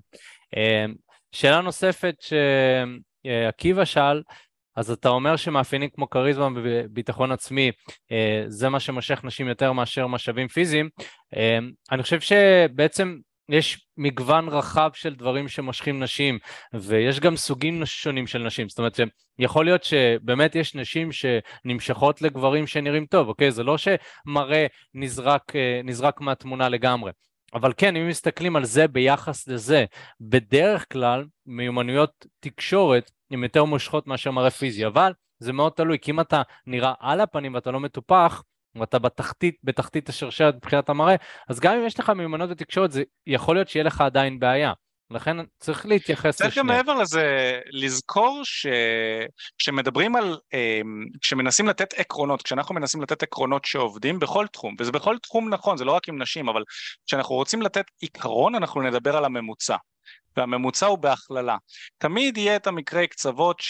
שאלה נוספת שעקיבא שאל, אז אתה אומר שמאפיינים כמו קריזמה וביטחון עצמי, זה מה שמשך נשים יותר מאשר משאבים פיזיים. אני חושב שבעצם יש מגוון רחב של דברים שמשכים נשים, ויש גם סוגים שונים של נשים. זאת אומרת שיכול להיות שבאמת יש נשים שנמשכות לגברים שנראים טוב, אוקיי? זה לא שמראה נזרק מהתמונה לגמרי. אבל כן, אם מסתכלים על זה ביחס לזה, בדרך כלל מיומנויות תקשורת הן יותר מושכות מאשר מראה פיזי, אבל זה מאוד תלוי, כי אם אתה נראה על הפנים ואתה לא מטופח, ואתה בתחתית השרשרת מבחינת המראה, אז גם אם יש לך מיומנויות בתקשורת, זה יכול להיות שיהיה לך עדיין בעיה. לכן צריך להתייחס לשני. צריך גם מעבר לזה לזכור כשמדברים על, כשמנסים לתת עקרונות, כשאנחנו מנסים לתת עקרונות שעובדים בכל תחום, וזה בכל תחום נכון, זה לא רק עם נשים, אבל כשאנחנו רוצים לתת עיקרון, אנחנו נדבר על הממוצע. והממוצע הוא בהכללה. תמיד יהיה את המקרי קצוות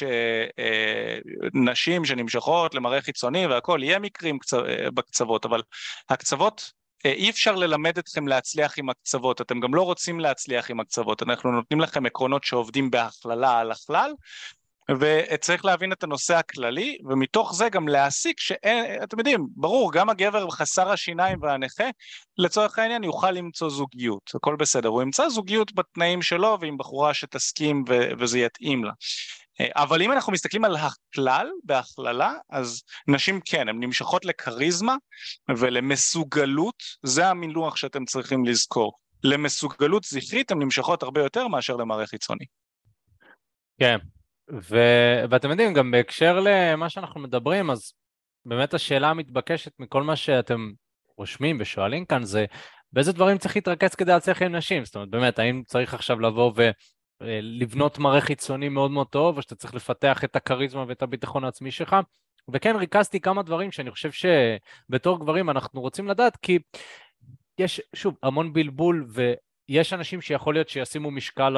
שנשים שנמשכות למראה חיצוני והכל, יהיה מקרים בקצוות, אבל הקצוות, אי אפשר ללמד אתכם להצליח עם הקצוות, אתם גם לא רוצים להצליח עם הקצוות, אנחנו נותנים לכם עקרונות שעובדים בהכללה על הכלל, וצריך להבין את הנושא הכללי, ומתוך זה גם להסיק שאתם יודעים, ברור, גם הגבר חסר השיניים והנכה, לצורך העניין יוכל למצוא זוגיות, הכל בסדר, הוא ימצא זוגיות בתנאים שלו, ועם בחורה שתסכים וזה יתאים לה. אבל אם אנחנו מסתכלים על הכלל, בהכללה, אז נשים כן, הן נמשכות לקריזמה ולמסוגלות, זה המינוח שאתם צריכים לזכור. למסוגלות זכרית, הן נמשכות הרבה יותר מאשר למראה חיצוני. כן. ואתם יודעים, גם בהקשר למה שאנחנו מדברים, אז באמת השאלה המתבקשת מכל מה שאתם רושמים ושואלים כאן, זה באיזה דברים צריך להתרכז כדי להצליח עם נשים? זאת אומרת, באמת, האם צריך עכשיו לבוא ולבנות מראה חיצוני מאוד מאוד טוב, או שאתה צריך לפתח את הקריזמה ואת הביטחון העצמי שלך? וכן, ריכזתי כמה דברים שאני חושב שבתור גברים אנחנו רוצים לדעת, כי יש, שוב, המון בלבול, ויש אנשים שיכול להיות שישימו משקל על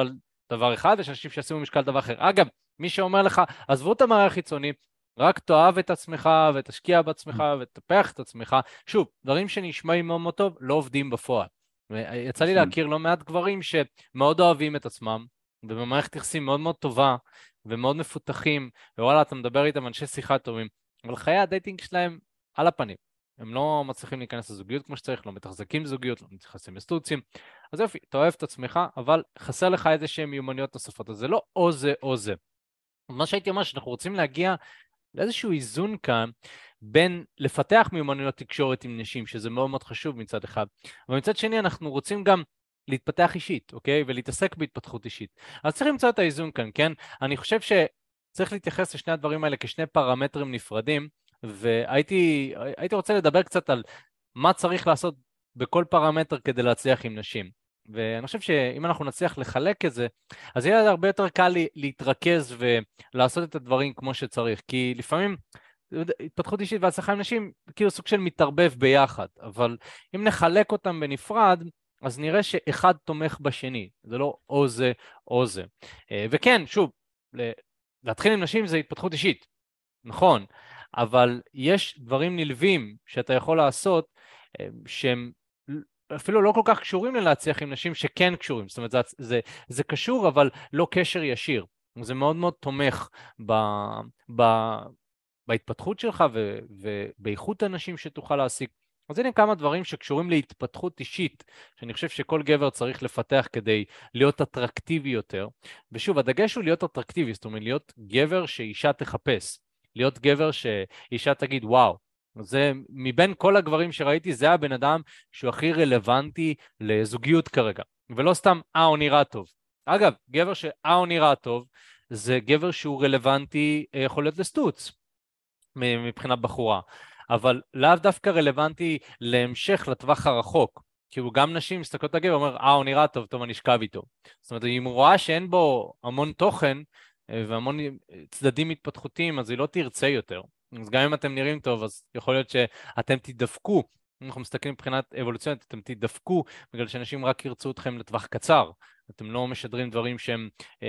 דבר אחד, ויש אנשים שישימו משקל דבר אחר. אגב, מי שאומר לך, עזבו את המראה החיצוני, רק תאהב את עצמך ותשקיע בעצמך ותטפח את עצמך. שוב, דברים שנשמעים מאוד מאוד טוב, לא עובדים בפועל. יצא לי להכיר לא מעט גברים שמאוד אוהבים את עצמם, ובמערכת יחסים מאוד מאוד טובה, ומאוד מפותחים, ווואלה, אתה מדבר איתם אנשי שיחה טובים, אבל חיי הדייטינג שלהם על הפנים. הם לא מצליחים להיכנס לזוגיות כמו שצריך, לא מתחזקים זוגיות, לא מתייחסים לסטוצים. אז יופי, אתה אוהב את עצמך, אבל חסר לך איזה שהן מיומנויות נוספות, אז זה לא או זה או זה. מה שהייתי אומר, שאנחנו רוצים להגיע לאיזשהו איזון כאן, בין לפתח מיומנויות תקשורת עם נשים, שזה מאוד מאוד חשוב מצד אחד, אבל מצד שני אנחנו רוצים גם להתפתח אישית, אוקיי? ולהתעסק בהתפתחות אישית. אז צריך למצוא את האיזון כאן, כן? אני חושב שצריך להתייחס לשני הדברים האלה כשני פרמטרים נפרדים, והייתי רוצה לדבר קצת על מה צריך לעשות בכל פרמטר כדי להצליח עם נשים. ואני חושב שאם אנחנו נצליח לחלק את זה, אז יהיה הרבה יותר קל להתרכז ולעשות את הדברים כמו שצריך, כי לפעמים התפתחות אישית והצלחה עם נשים כאילו סוג של מתערבב ביחד, אבל אם נחלק אותם בנפרד, אז נראה שאחד תומך בשני, זה לא או זה או זה. וכן, שוב, להתחיל עם נשים זה התפתחות אישית, נכון, אבל יש דברים נלווים שאתה יכול לעשות שהם אפילו לא כל כך קשורים ללהצליח עם נשים שכן קשורים, זאת אומרת זה קשור אבל לא קשר ישיר, זה מאוד מאוד תומך בהתפתחות שלך ובאיכות האנשים שתוכל להשיג. אז הנה כמה דברים שקשורים להתפתחות אישית, שאני חושב שכל גבר צריך לפתח כדי להיות אטרקטיבי יותר, ושוב הדגש הוא להיות אטרקטיבי, זאת אומרת להיות גבר שאישה תחפש, להיות גבר שאישה תגיד וואו, זה מבין כל הגברים שראיתי, זה הבן אדם שהוא הכי רלוונטי לזוגיות כרגע, ולא סתם הוא נראה טוב. אגב, גבר הוא נראה טוב, זה גבר שהוא רלוונטי, יכול להיות לסטוץ, מבחינת בחורה, אבל לאו דווקא רלוונטי להמשך לטווח הרחוק, כאילו גם נשים מסתכלות הגבר, אומר, הוא נראה טוב, טוב, אני אשכב איתו. זאת אומרת, אם הוא רואה שאין בו המון תוכן, והמון צדדים התפתחותיים, אז היא לא תרצה יותר. אז גם אם אתם נראים טוב, אז יכול להיות שאתם תדפקו, אם אנחנו מסתכלים מבחינת אבולוציונית, אתם תדפקו, בגלל שאנשים רק ירצו אתכם לטווח קצר. אתם לא משדרים דברים שהם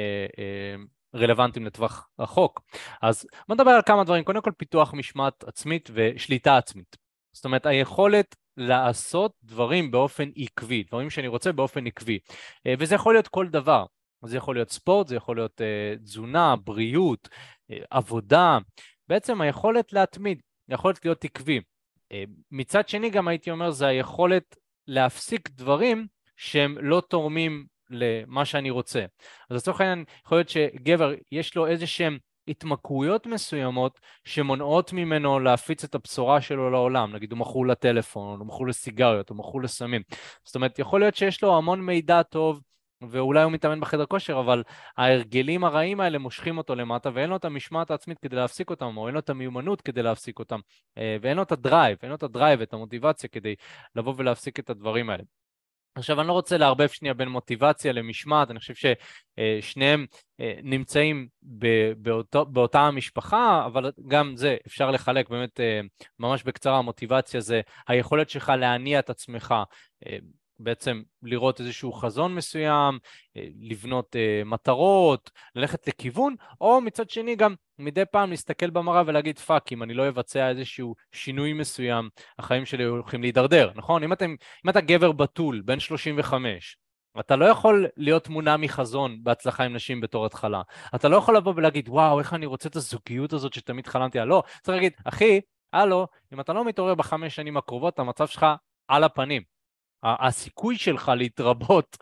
רלוונטיים לטווח רחוק. אז בוא נדבר על כמה דברים. קודם כל, פיתוח משמעת עצמית ושליטה עצמית. זאת אומרת, היכולת לעשות דברים באופן עקבי, דברים שאני רוצה באופן עקבי. וזה יכול להיות כל דבר. זה יכול להיות ספורט, זה יכול להיות תזונה, בריאות, עבודה. בעצם היכולת להתמיד, היכולת להיות עקבי. מצד שני גם הייתי אומר, זה היכולת להפסיק דברים שהם לא תורמים למה שאני רוצה. אז לצורך העניין, יכול להיות שגבר יש לו איזה שהם התמכרויות מסוימות שמונעות ממנו להפיץ את הבשורה שלו לעולם. נגיד הוא מכור לטלפון, הוא מכור לסיגריות, הוא מכור לסמים. זאת אומרת, יכול להיות שיש לו המון מידע טוב, ואולי הוא מתאמן בחדר כושר, אבל ההרגלים הרעים האלה מושכים אותו למטה, ואין לו את המשמעת העצמית כדי להפסיק אותם, או אין לו את המיומנות כדי להפסיק אותם, ואין לו את הדרייב, את המוטיבציה כדי לבוא ולהפסיק את הדברים האלה. עכשיו, אני לא רוצה לערבב שנייה בין מוטיבציה למשמעת, אני חושב ששניהם נמצאים באותה המשפחה, אבל גם זה אפשר לחלק באמת ממש בקצרה. המוטיבציה זה היכולת שלך להניע את עצמך, בעצם לראות איזשהו חזון מסוים, לבנות מטרות, ללכת לכיוון, או מצד שני גם מדי פעם להסתכל במראה ולהגיד פאק, אם אני לא אבצע איזשהו שינוי מסוים, החיים שלי הולכים להידרדר, נכון? אם אתה גבר בתול, בן 35, אתה לא יכול להיות מונע מחזון בהצלחה עם נשים בתור התחלה. אתה לא יכול לבוא ולהגיד, וואו, איך אני רוצה את הזוגיות הזאת שתמיד חלמתי עליה. לא, צריך להגיד, אחי, הלו, אם אתה לא מתעורר ב5 שנים הקרובות, המצב שלך על הפנים. הסיכוי שלך להתרבות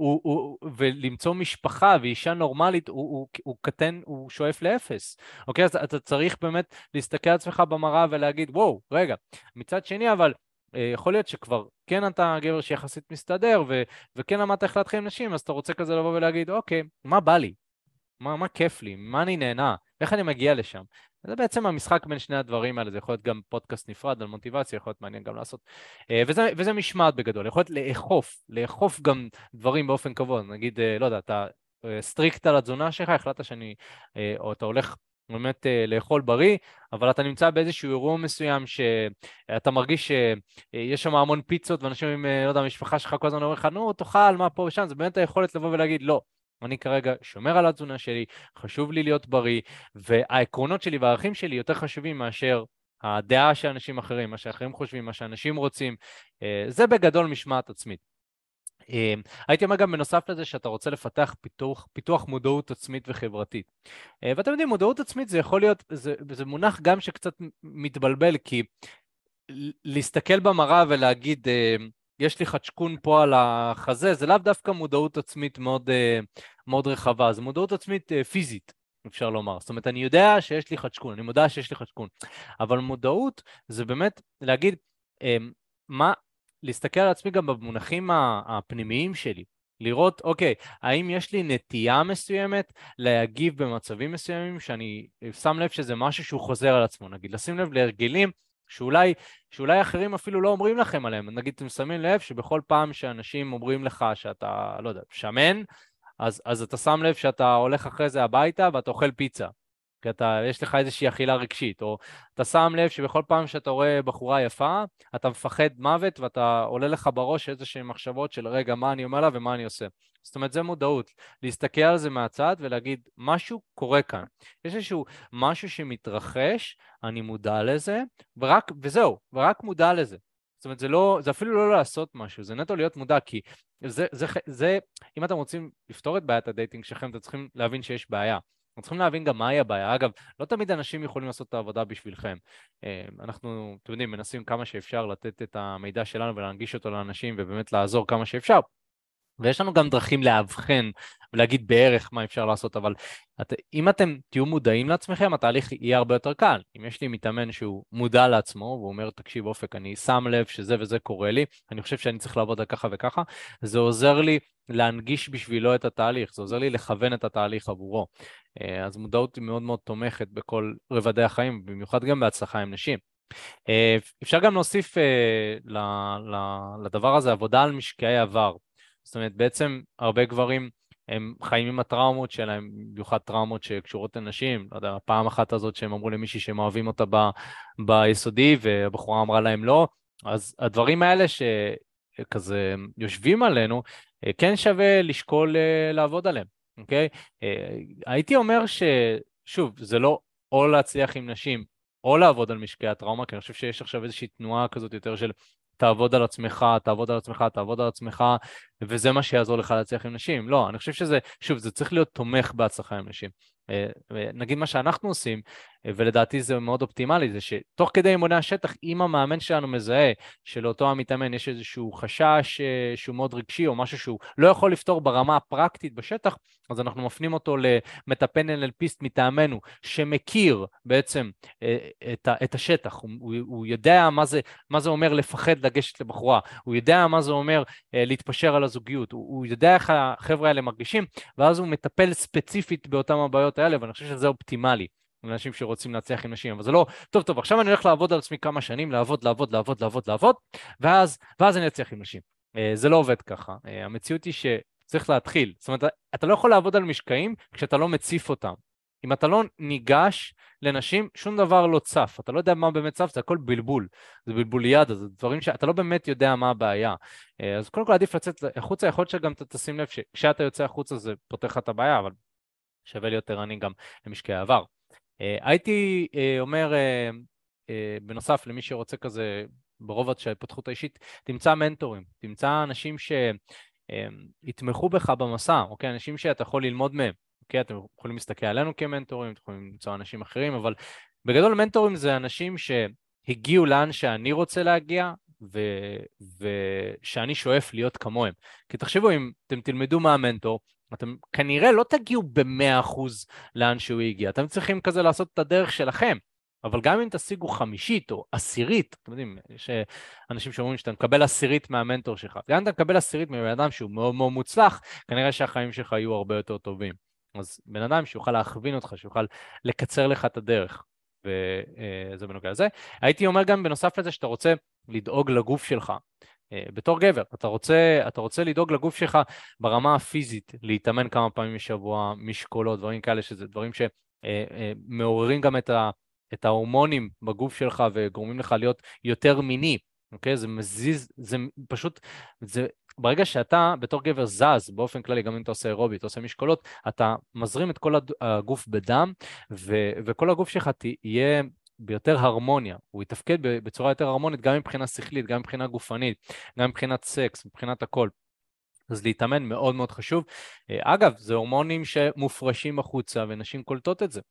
ולמצוא משפחה ואישה נורמלית הוא קטן, הוא שואף לאפס. אוקיי, אז אתה צריך באמת להסתכל על עצמך במראה ולהגיד, וואו, רגע. מצד שני, אבל יכול להיות שכבר כן אתה גבר שיחסית מסתדר וכן למדת איך להתחיל עם נשים, אז אתה רוצה כזה לבוא ולהגיד, אוקיי, מה בא לי? מה כיף לי? מה אני נהנה? איך אני מגיע לשם? זה בעצם המשחק בין שני הדברים האלה, זה יכול להיות גם פודקאסט נפרד על מוטיבציה, יכול להיות מעניין גם לעשות. וזה משמעת בגדול, יכול להיות לאכוף גם דברים באופן קבוע, נגיד, לא יודע, אתה סטריקט על התזונה שלך, החלטת או אתה הולך באמת לאכול בריא, אבל אתה נמצא באיזשהו אירוע מסוים שאתה מרגיש שיש שם המון פיצות, ואנשים, לא יודע, המשפחה שלך כל הזמן אומר לך, נו, תאכל, מה פה ושם, זה באמת היכולת לבוא ולהגיד, לא. אני כרגע שומר על התזונה שלי, חשוב לי להיות בריא, והעקרונות שלי והערכים שלי יותר חשובים מאשר הדעה של אנשים אחרים, מה שאחרים חושבים, מה שאנשים רוצים. זה בגדול משמעת עצמית. הייתי אומר גם בנוסף לזה שאתה רוצה לפתח פיתוח מודעות עצמית וחברתית. ואתם יודעים, מודעות עצמית זה יכול להיות, זה מונח גם שקצת מתבלבל, כי להסתכל במראה ולהגיד, יש לי חדשקון פה על החזה, זה לאו דווקא מודעות עצמית מאוד, מאוד רחבה, זה מודעות עצמית פיזית, אפשר לומר. זאת אומרת, אני יודע שיש לי חדשקון, אני מודע שיש לי חדשקון, אבל מודעות זה באמת להגיד, מה, להסתכל על עצמי גם במונחים הפנימיים שלי, לראות, אוקיי, האם יש לי נטייה מסוימת להגיב במצבים מסוימים שאני שם לב שזה משהו שהוא חוזר על עצמו, נגיד, לשים לב להרגלים שאולי אחרים אפילו לא אומרים לכם עליהם. נגיד, אתם שמים לב שבכל פעם שאנשים אומרים לך שאתה, לא יודע, שמן, אז אתה שם לב שאתה הולך אחרי זה הביתה ואתה אוכל פיצה. כי יש לך איזושהי אכילה רגשית, או אתה שם לב שבכל פעם שאתה רואה בחורה יפה, אתה מפחד מוות ואתה עולה לך בראש איזושהי מחשבות של רגע, מה אני אומר לה ומה אני עושה. זאת אומרת, זה מודעות, להסתכל על זה מהצד ולהגיד, משהו קורה כאן. יש איזשהו משהו שמתרחש, אני מודע לזה, ורק מודע לזה. זאת אומרת, זה אפילו לא לעשות משהו, זה נטו להיות מודע, כי אם אתם רוצים לפתור את בעיית הדייטינג שלכם, אתם צריכים להבין שיש בעיה. אנחנו צריכים להבין גם מהי הבעיה. אגב, לא תמיד אנשים יכולים לעשות את העבודה בשבילכם. אנחנו, אתם יודעים, מנסים כמה שאפשר לתת את המידע שלנו ולהנגיש אותו לאנשים ובאמת לעזור כמה שאפשר. ויש לנו גם דרכים להבחן ולהגיד בערך מה אפשר לעשות, אבל אם אתם תהיו מודעים לעצמכם, התהליך יהיה הרבה יותר קל. אם יש לי מתאמן שהוא מודע לעצמו, והוא אומר, תקשיב אופק, אני שם לב שזה וזה קורה לי, אני חושב שאני צריך לעבוד על ככה וככה, זה עוזר לי להנגיש בשבילו את התהליך, זה עוזר לי לכוון את התהליך עבורו. אז מודעות היא מאוד מאוד תומכת בכל רבדי החיים, במיוחד גם בהצלחה עם נשים. אפשר גם להוסיף לדבר הזה עבודה על משקעי עבר. זאת אומרת, בעצם הרבה גברים הם חיים עם הטראומות שלהם, במיוחד טראומות שקשורות לנשים. לא יודע, פעם אחת הזאת שהם אמרו למישהי שהם אוהבים אותה ביסודי, והבחורה אמרה להם לא, אז הדברים האלה שכזה יושבים עלינו, כן שווה לשקול לעבוד עליהם, אוקיי? הייתי אומר ששוב, זה לא או להצליח עם נשים, או לעבוד על משקעי הטראומה, כי אני חושב שיש עכשיו איזושהי תנועה כזאת יותר של תעבוד על עצמך, תעבוד על עצמך, תעבוד על עצמך, וזה מה שיעזור לך להצליח עם נשים. לא, אני חושב שזה, שוב, זה צריך להיות תומך בהצלחה עם נשים. נגיד מה שאנחנו עושים, ולדעתי זה מאוד אופטימלי, זה שתוך כדי אימוני השטח, אם המאמן שלנו מזהה שלאותו המתאמן יש איזשהו חשש שהוא מאוד רגשי, או משהו שהוא לא יכול לפתור ברמה הפרקטית בשטח, אז אנחנו מפנים אותו למטפל NLPיסט מטעמנו, שמכיר בעצם את השטח, הוא יודע מה זה אומר לפחד לגשת לבחורה, הוא יודע מה זה אומר להתפשר על הזוגיות, הוא יודע איך החבר'ה האלה מרגישים, ואז הוא מטפל ספציפית באותם הבעיות האלה, ואני חושב שזה אופטימלי. אנשים שרוצים להצליח עם נשים, אבל זה לא, טוב, עכשיו אני הולך לעבוד על עצמי כמה שנים, לעבוד, ואז אני אצליח עם נשים. זה לא עובד ככה. המציאות היא שצריך להתחיל. זאת אומרת, אתה לא יכול לעבוד על משקעים כשאתה לא מציף אותם. אם אתה לא ניגש לנשים, שום דבר לא צף. אתה לא יודע מה באמת צף, זה הכל בלבול. זה בלבוליאדה, זה דברים שאתה לא באמת יודע מה הבעיה. אז קודם כל עדיף לצאת החוצה, יכול להיות שגם תשים לב שכשאתה יוצא החוצה זה פותר לך את הבעיה, אבל שווה להיות ערני גם למשקעי העבר. הייתי אומר, בנוסף למי שרוצה כזה ברובד של ההתפתחות האישית, תמצא מנטורים, תמצא אנשים שיתמכו בך במסע, אוקיי? אנשים שאתה יכול ללמוד מהם, אוקיי? אתם יכולים להסתכל עלינו כמנטורים, אתם יכולים למצוא אנשים אחרים, אבל בגדול מנטורים זה אנשים שהגיעו לאן שאני רוצה להגיע, ושאני שואף להיות כמוהם. כי תחשבו, אם אתם תלמדו מהמנטור, אתם כנראה לא תגיעו ב100% לאן שהוא הגיע. אתם צריכים כזה לעשות את הדרך שלכם. אבל גם אם תשיגו 50 או 10, אתם יודעים, יש אנשים שאומרים שאתה מקבל 10 מהמנטור שלך. גם אם אתה מקבל 10 מבן אדם שהוא מאוד מאוד מוצלח, כנראה שהחיים שלך יהיו הרבה יותר טובים. אז בן אדם שיוכל להכווין אותך, שיוכל לקצר לך את הדרך. וזה בנוגע לזה. הייתי אומר גם בנוסף לזה שאתה רוצה לדאוג לגוף שלך. בתור גבר, אתה רוצה לדאוג לגוף שלך ברמה הפיזית, להתאמן כמה פעמים בשבוע, משקולות, דברים כאלה, שזה דברים שמעוררים גם את ההורמונים בגוף שלך וגורמים לך להיות יותר מיני, אוקיי? זה מזיז, זה פשוט, זה ברגע שאתה בתור גבר זז, באופן כללי, גם אם אתה עושה אירובי, אתה עושה משקולות, אתה מזרים את כל הגוף בדם, וכל הגוף שלך יהיה ביותר הרמוניה, הוא יתפקד בצורה יותר הרמונית, גם מבחינה שכלית, גם מבחינה גופנית, גם מבחינת סקס, מבחינת הכל. אז להתאמן מאוד מאוד חשוב. אגב, זה הורמונים שמופרשים החוצה, ונשים קולטות את זה.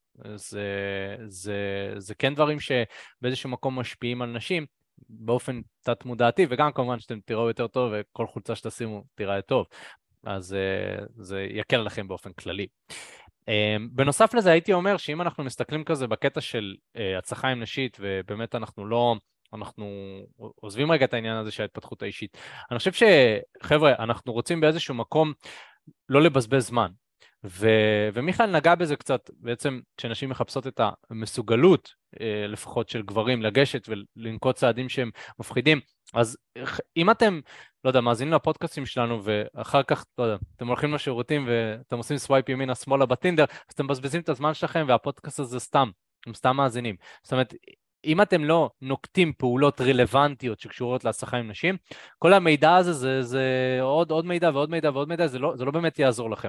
זה כן דברים שבאיזשהו מקום משפיעים על נשים, באופן תת מודעתי, וגם כמובן שאתם תראו יותר טוב, וכל חולצה שתשימו תראה טוב. אז זה יקל עליכם באופן כללי. בנוסף לזה הייתי אומר שאם אנחנו מסתכלים כזה בקטע של הצלחה עם נשית, ובאמת אנחנו עוזבים רגע את העניין הזה של ההתפתחות האישית. אני חושב שחבר'ה, אנחנו רוצים באיזשהו מקום לא לבזבז זמן. ומיכאל נגע בזה קצת, בעצם כשנשים מחפשות את המסוגלות, לפחות של גברים, לגשת ולנקוט צעדים שהם מפחידים, אז אם אתם, לא יודע, מאזינים לפודקאסטים שלנו, ואחר כך, לא יודע, אתם הולכים לשירותים ואתם עושים סווייפ ימינה שמאלה בטינדר, אז אתם מבזבזים את הזמן שלכם, והפודקאסט הזה סתם, הם סתם מאזינים. זאת אומרת, אם אתם לא נוקטים פעולות רלוונטיות שקשורות להצלחה עם נשים, כל המידע הזה זה עוד מידע ועוד מידע ועוד מידע, זה לא באמת יעזור לכם.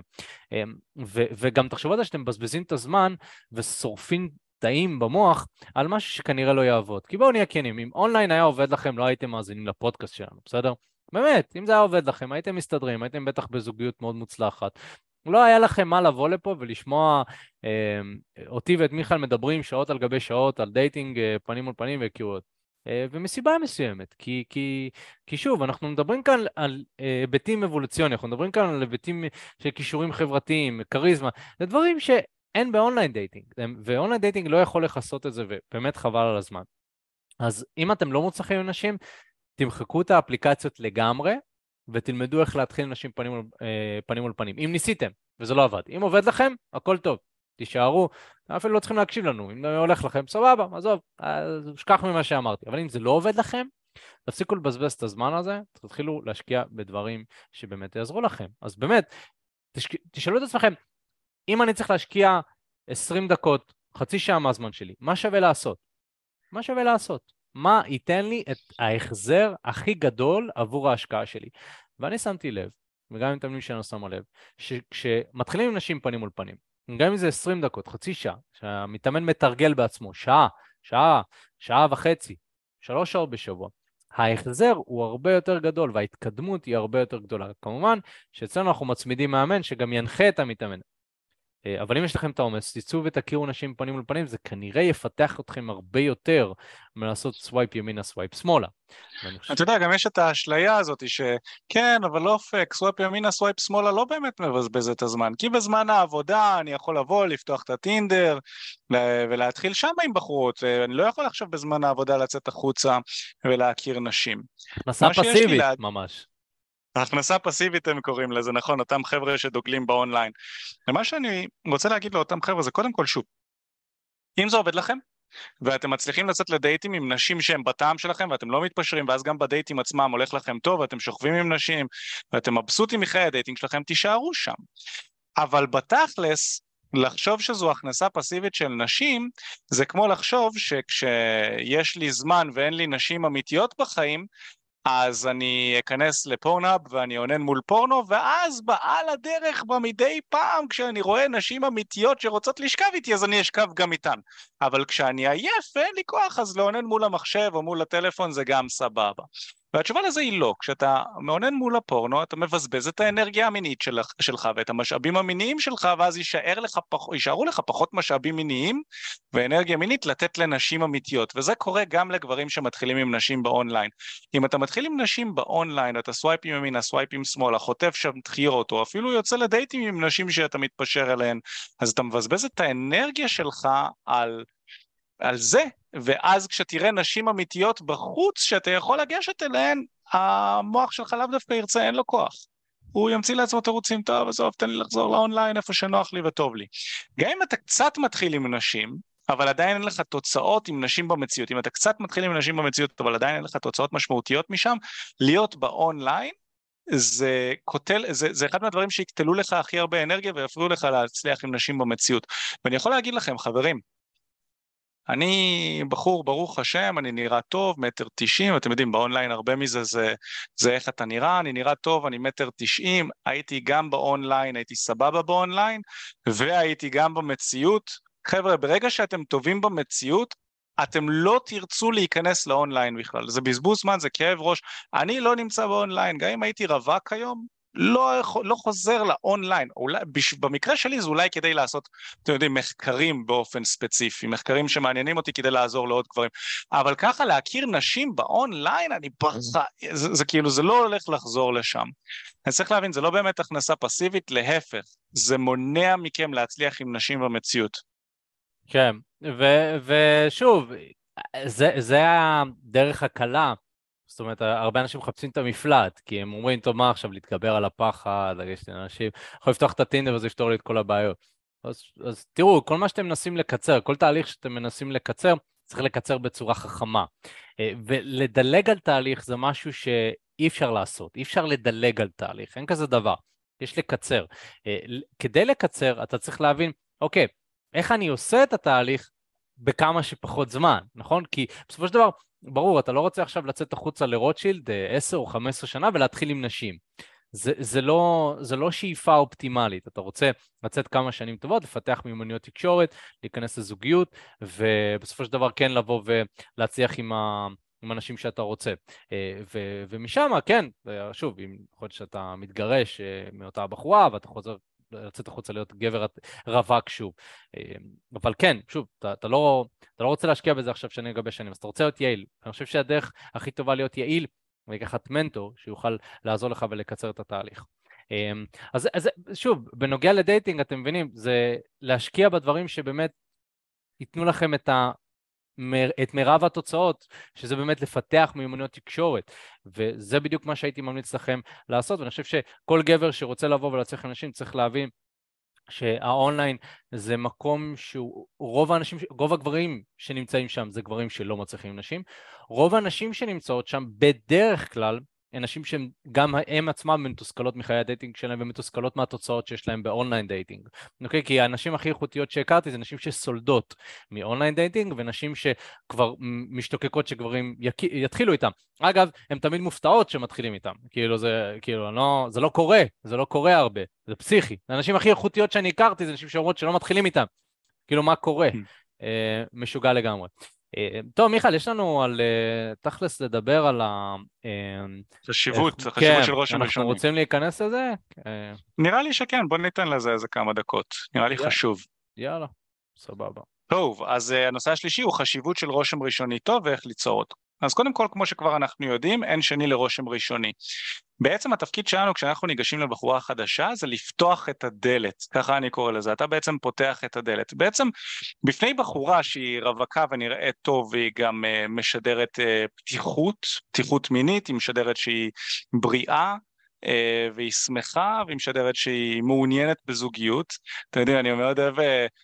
וגם תחשבו על זה שאתם מבזבזים את הזמן ושורפים תאים במוח על משהו שכנראה לא יעבוד. כי בואו נהיה כנים, אם אונליין היה עובד לכם, לא הייתם מאזינים לפודקאסט שלנו, בסדר? באמת, אם זה היה עובד לכם, הייתם מסתדרים, הייתם בטח בזוגיות מאוד מוצלחת. לא היה לכם מה לבוא לפה ולשמוע אותי ואת מיכאל מדברים שעות על גבי שעות על דייטינג פנים מול פנים והיכרויות. ומסיבה מסוימת, כי שוב, אנחנו מדברים כאן על היבטים אבולוציוניים, אנחנו מדברים כאן על היבטים של כישורים חברתיים, כריזמה, זה דברים שאין באונליין דייטינג, ואונליין דייטינג לא יכול לחסות את זה, ובאמת חבל על הזמן. אז אם אתם לא מוצלחים עם נשים, תמחקו את האפליקציות לגמרי, ותלמדו איך להתחיל עם נשים פנים מול פנים. אם ניסיתם, וזה לא עבד. אם עובד לכם, הכל טוב. תישארו, אפילו לא צריכים להקשיב לנו. אם לא הולך לכם, סבבה, עזוב, שכח ממה שאמרתי. אבל אם זה לא עובד לכם, תפסיקו לבזבז את הזמן הזה, תתחילו להשקיע בדברים שבאמת יעזרו לכם. אז באמת, תשאלו את עצמכם, אם אני צריך להשקיע 20 דקות, חצי שעה מהזמן שלי, מה שווה לעשות? מה שווה לעשות? מה ייתן לי את ההחזר הכי גדול עבור ההשקעה שלי? ואני שמתי לב, וגם אם תמיד שאני שמה לב, שכשמתחילים עם נשים פנים מול פנים, גם אם זה 20 דקות, חצי שעה, שהמתאמן מתרגל בעצמו, שעה וחצי, 3 שעות בשבוע, ההחזר הוא הרבה יותר גדול, וההתקדמות היא הרבה יותר גדולה. כמובן שאצלנו אנחנו מצמידים מאמן שגם ינחה את המתאמן. אבל אם יש לכם את האומץ, תצאו ותכירו נשים פנים מול פנים, זה כנראה יפתח אתכם הרבה יותר מלעשות סווייפ ימינה, סווייפ שמאלה. אתה יודע, גם יש את האשליה הזאת שכן, אבל לא פק, סווייפ ימינה, סווייפ שמאלה לא באמת מבזבז את הזמן, כי בזמן העבודה אני יכול לבוא, לפתוח את הטינדר ולהתחיל שם עם בחורות, אני לא יכול עכשיו בזמן העבודה לצאת החוצה ולהכיר נשים. הכנסה פסיבית, ממש. ההכנסה פסיבית הם קוראים לזה, נכון, אותם חבר'ה שדוגלים באונליין. ומה שאני רוצה להגיד לאותם חבר'ה זה קודם כל שוב, אם זה עובד לכם, ואתם מצליחים לצאת לדייטים עם נשים שהם בטעם שלכם, ואתם לא מתפשרים, ואז גם בדייטים עצמם הולך לכם טוב, ואתם שוכבים עם נשים, ואתם מבסוטים מחיי הדייטינג שלכם, תישארו שם. אבל בתכלס, לחשוב שזו הכנסה פסיבית של נשים, זה כמו לחשוב שכשיש לי זמן ואין לי נשים אמיתיות בחיים, אז אני אכנס לפורנאב ואני עונן מול פורנו, ואז בעל הדרך במדי פעם כשאני רואה נשים אמיתיות שרוצות לשכב איתי, אז אני אשכב גם איתן. אבל כשאני עייף ואין לי כוח, אז לעונן מול המחשב או מול הטלפון זה גם סבבה. והתשובה לזה היא לא, כשאתה מעונן מול הפורנו, אתה מבזבז את האנרגיה המינית שלך ואת המשאבים המיניים שלך, ואז יישארו לך פחות משאבים מיניים ואנרגיה מינית לתת לנשים אמיתיות, וזה קורה גם לגברים שמתחילים עם נשים באונליין. אם אתה מתחיל עם נשים באונליין, אתה סווייפים ימינה, סווייפים שמאלה, חוטף שם דחיות, או אפילו יוצא לדייטים עם נשים שאתה מתפשר אליהן, אז אתה מבזבז את האנרגיה שלך על זה, ואז כשתראה נשים אמיתיות בחוץ שאתה יכול לגשת אליהן, המוח שלך לאו דווקא ירצה, אין לו כוח. הוא ימציא לעצמו תירוצים, טוב, עזוב, תן לי לחזור לאונליין איפה שנוח לי וטוב לי. גם אם אתה קצת מתחיל עם נשים, אבל עדיין אין לך תוצאות עם נשים במציאות, אם אתה קצת מתחיל עם נשים במציאות, אבל עדיין אין לך תוצאות משמעותיות משם, להיות באונליין, זה אחד מהדברים שיקטלו לך הכי הרבה אנרגיה, ויפריעו לך להצליח עם נשים במציאות. ואני יכול להגיד לכם, חברים, אני בחור ברוך השם, אני נראה טוב, 1.90 מטר, אתם יודעים, באונליין הרבה מזה זה איך אתה נראה, אני נראה טוב, אני 1.90 מטר, הייתי גם באונליין, הייתי סבבה באונליין, והייתי גם במציאות. חבר'ה, ברגע שאתם טובים במציאות, אתם לא תרצו להיכנס לאונליין בכלל, זה בזבוז זמן, זה כאב ראש, אני לא נמצא באונליין, גם אם הייתי רווק היום, לא חוזר לאונליין, במקרה שלי זה אולי כדי לעשות, אתם יודעים, מחקרים באופן ספציפי, מחקרים שמעניינים אותי כדי לעזור לעוד גברים, אבל ככה להכיר נשים באונליין, זה כאילו, זה לא הולך לחזור לשם. אני צריך להבין, זה לא באמת הכנסה פסיבית, להפך, זה מונע מכם להצליח עם נשים במציאות. כן, ושוב, זה הדרך הקלה. זאת אומרת, הרבה אנשים מחפשים את המפלט, כי הם אומרים, טוב, מה עכשיו, להתגבר על הפחד, לגשת לאנשים, יכול לפתוח את הטינדר וזה יפתור לי את כל הבעיות. אז תראו, כל מה שאתם מנסים לקצר, כל תהליך שאתם מנסים לקצר, צריך לקצר בצורה חכמה. ולדלג על תהליך זה משהו שאי אפשר לעשות, אי אפשר לדלג על תהליך, אין כזה דבר, יש לקצר. כדי לקצר, אתה צריך להבין, אוקיי, איך אני עושה את התהליך בכמה שפחות זמן, נכון? כי בסופו של דבר, ברור, אתה לא רוצה עכשיו לצאת החוצה לרוטשילד 10 או 15 שנה ולהתחיל עם נשים. זה לא שאיפה אופטימלית, אתה רוצה לצאת כמה שנים טובות, לפתח מיומנויות תקשורת, להיכנס לזוגיות, ובסופו של דבר כן לבוא ולהצליח עם אנשים שאתה רוצה. ומשם, כן, שוב, אם יכול להיות שאתה מתגרש מאותה בחורה, ואתה חוזר לצאת החוצה להיות גבר רווק שוב. אבל כן, שוב, אתה לא רוצה להשקיע בזה עכשיו שנים לגבי שנים, אז אתה רוצה להיות יעיל. אני חושב שהדרך הכי טובה להיות יעיל, ולקחת מנטור שיוכל לעזור לך ולקצר את התהליך. אז שוב, בנוגע לדייטינג, אתם מבינים, זה להשקיע בדברים שבאמת ייתנו לכם את מירב התוצאות, שזה באמת לפתח מיומנויות תקשורת, וזה בדיוק מה שהייתי ממליץ לכם לעשות, ואני חושב שכל גבר שרוצה לבוא ולהצליח עם נשים צריך להבין שהאונליין זה מקום שהוא, רוב הגברים שנמצאים שם זה גברים שלא מצליחים עם נשים, רוב הנשים שנמצאות שם בדרך כלל, אנשים שהם גם הם עצמם מתוסכלות מחיי הדייטינג שלהם ומתוסכלות מהתוצאות שיש להם באונליין דייטינג. אוקיי? כי הנשים הכי איכותיות שהכרתי זה נשים שסולדות מאונליין דייטינג ונשים שכבר משתוקקות שגברים יתחילו איתם. אגב, הן תמיד מופתעות שמתחילים איתם. זה לא קורה הרבה. זה פסיכי. הנשים הכי איכותיות שאני הכרתי זה נשים שאומרות שלא מתחילים איתם. כאילו מה קורה? משוגע לגמרי. טוב, מיכל, יש לנו על תכלס לדבר על החשיבות של רושם ראשוני. אנחנו רוצים להיכנס לזה? נראה לי שכן, בוא ניתן לזה איזה כמה דקות. נראה לי חשוב. יאללה, סבבה. טוב, אז הנושא השלישי הוא חשיבות של רושם ראשוני טוב ואיך ליצור אותו. אז קודם כל, כמו שכבר אנחנו יודעים, אין שני לרושם ראשוני. בעצם התפקיד שלנו כשאנחנו ניגשים לבחורה חדשה זה לפתוח את הדלת, ככה אני קורא לזה, אתה בעצם פותח את הדלת. בעצם בפני בחורה שהיא רווקה ונראית טוב והיא גם משדרת פתיחות מינית, היא משדרת שהיא בריאה, והיא שמחה, והיא משדרת שהיא מעוניינת בזוגיות. אתם יודעים, אני מאוד אוהב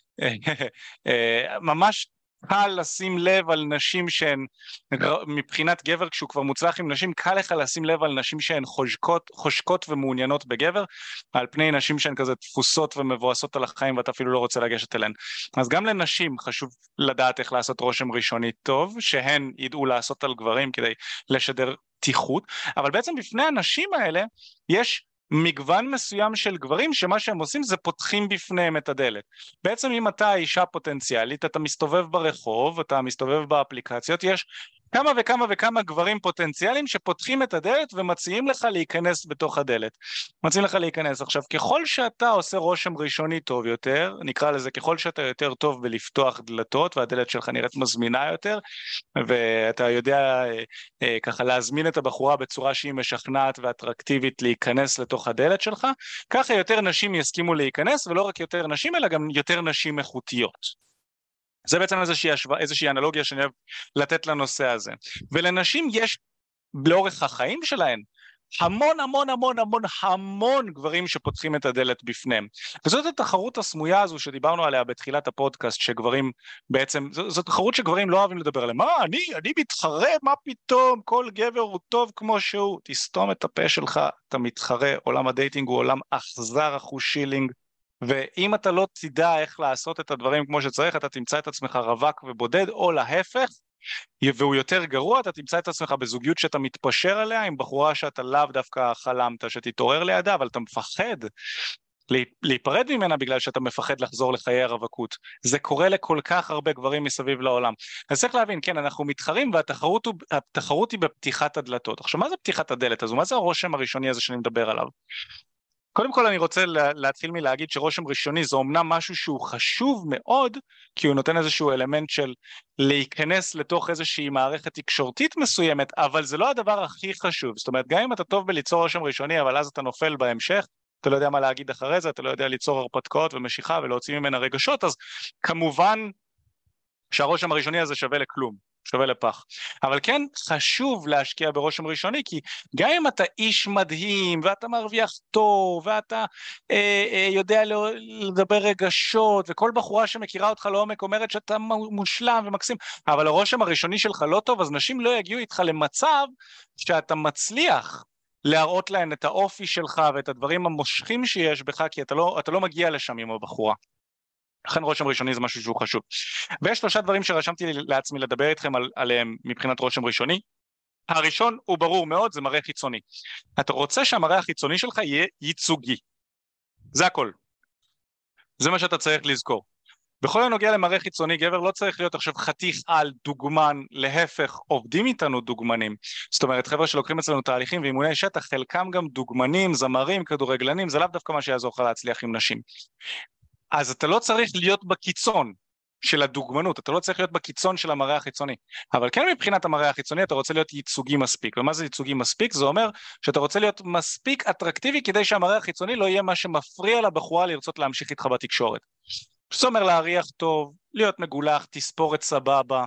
ממש קל לשים לב על נשים שהן, מבחינת גבר כשהוא כבר מוצלח עם נשים, קל לך לשים לב על נשים שהן חושקות ומעוניינות בגבר, על פני נשים שהן כזה תפוסות ומבואסות על החיים ואתה אפילו לא רוצה לגשת אליהן. אז גם לנשים חשוב לדעת איך לעשות רושם ראשוני טוב, שהן ידעו לעשות על גברים כדי לשדר פתיחות, אבל בעצם בפני הנשים האלה יש מגוון מסוים של גברים שמה שהם עושים זה פותחים בפניהם את הדלת. בעצם אם אתה אישה פוטנציאלית, אתה מסתובב ברחוב, אתה מסתובב באפליקציות, יש כמה וכמה וכמה גברים פוטנציאליים שפותחים את הדלת ומציעים לך להיכנס בתוך הדלת. מציעים לך להיכנס. עכשיו, ככל שאתה עושה רושם ראשוני טוב יותר, נקרא לזה ככל שאתה יותר טוב בלפתוח דלתות והדלת שלך נראית מזמינה יותר, ואתה יודע ככה להזמין את הבחורה בצורה שהיא משכנעת ואטרקטיבית להיכנס לתוך הדלת שלך, ככה יותר נשים יסכימו להיכנס, ולא רק יותר נשים אלא גם יותר נשים איכותיות. זה בעצם איזושהי אנלוגיה שאני אוהב לתת לנושא הזה. ולנשים יש לאורך החיים שלהן המון המון המון המון המון גברים שפותחים את הדלת בפניהם. וזאת התחרות הסמויה הזו שדיברנו עליה בתחילת הפודקאסט, שגברים בעצם, זאת תחרות שגברים לא אוהבים לדבר עליה. מה, אני מתחרה, מה פתאום, כל גבר הוא טוב כמו שהוא. תסתום את הפה שלך, אתה מתחרה, עולם הדייטינג הוא עולם אכזר, אחוז שילינג, ואם אתה לא תדע איך לעשות את הדברים כמו שצריך, אתה תמצא את עצמך רווק ובודד, או להפך, והוא יותר גרוע, אתה תמצא את עצמך בזוגיות שאתה מתפשר עליה, עם בחורה שאתה לאו דווקא חלמת שתתעורר לידה, אבל אתה מפחד להיפרד ממנה בגלל שאתה מפחד לחזור לחיי הרווקות. זה קורה לכל כך הרבה גברים מסביב לעולם. אז צריך להבין, כן, אנחנו מתחרים והתחרות היא בפתיחת הדלתות. עכשיו, מה זה פתיחת הדלת הזו? מה זה הרושם הראשוני הזה שאני מדבר עליו? קודם כל אני רוצה להתחיל מלהגיד שרושם ראשוני זה אומנם משהו שהוא חשוב מאוד, כי הוא נותן איזשהו אלמנט של להיכנס לתוך איזושהי מערכת תקשורתית מסוימת, אבל זה לא הדבר הכי חשוב. זאת אומרת, גם אם אתה טוב בליצור רושם ראשוני, אבל אז אתה נופל בהמשך, אתה לא יודע מה להגיד אחרי זה, אתה לא יודע ליצור הרפתקאות ומשיכה ולהוציא ממנה רגשות, אז כמובן שהרושם הראשוני הזה שווה לכלום, שווה לפח. אבל כן חשוב להשקיע ברושם ראשוני, כי גם אם אתה איש מדהים, ואתה מרוויח טוב, ואתה יודע לדבר רגשות, וכל בחורה שמכירה אותך לעומק אומרת שאתה מושלם ומקסים, אבל הרושם הראשוני שלך לא טוב, אז נשים לא יגיעו איתך למצב שאתה מצליח להראות להן את האופי שלך ואת הדברים המושכים שיש בך, כי אתה לא מגיע לשם עם הבחורה. לכן רושם ראשוני זה משהו שהוא חשוב. ויש 3 דברים שרשמתי לעצמי לדבר איתכם עליהם מבחינת רושם ראשוני. הראשון הוא ברור מאוד, זה מראה חיצוני. אתה רוצה שהמראה החיצוני שלך יהיה ייצוגי. זה הכל. זה מה שאתה צריך לזכור. בכל הנוגע למראה חיצוני, גבר לא צריך להיות עכשיו חתיך על דוגמן, להפך, עובדים איתנו דוגמנים. זאת אומרת, חבר'ה שלוקחים אצלנו תהליכים ואימוני שטח, חלקם גם דוגמנים, זמרים, כדורגלנים, זה לאו דווקא מה שיעזור לך להצליח עם נשים. אז אתה לא צריך להיות בקיצון של הדוגמנות, אתה לא צריך להיות בקיצון של המראה החיצוני, אבל כן מבחינת המראה החיצוני אתה רוצה להיות ייצוגי מספיק. ומה זה ייצוגי מספיק? זה אומר שאתה רוצה להיות מספיק אטרקטיבי כדי שהמראה החיצוני לא יהיה מה שמפריע לבחורה לרצות להמשיך איתך בתקשורת. זאת אומרת להריח טוב, להיות מגולח, תספורת סבבה,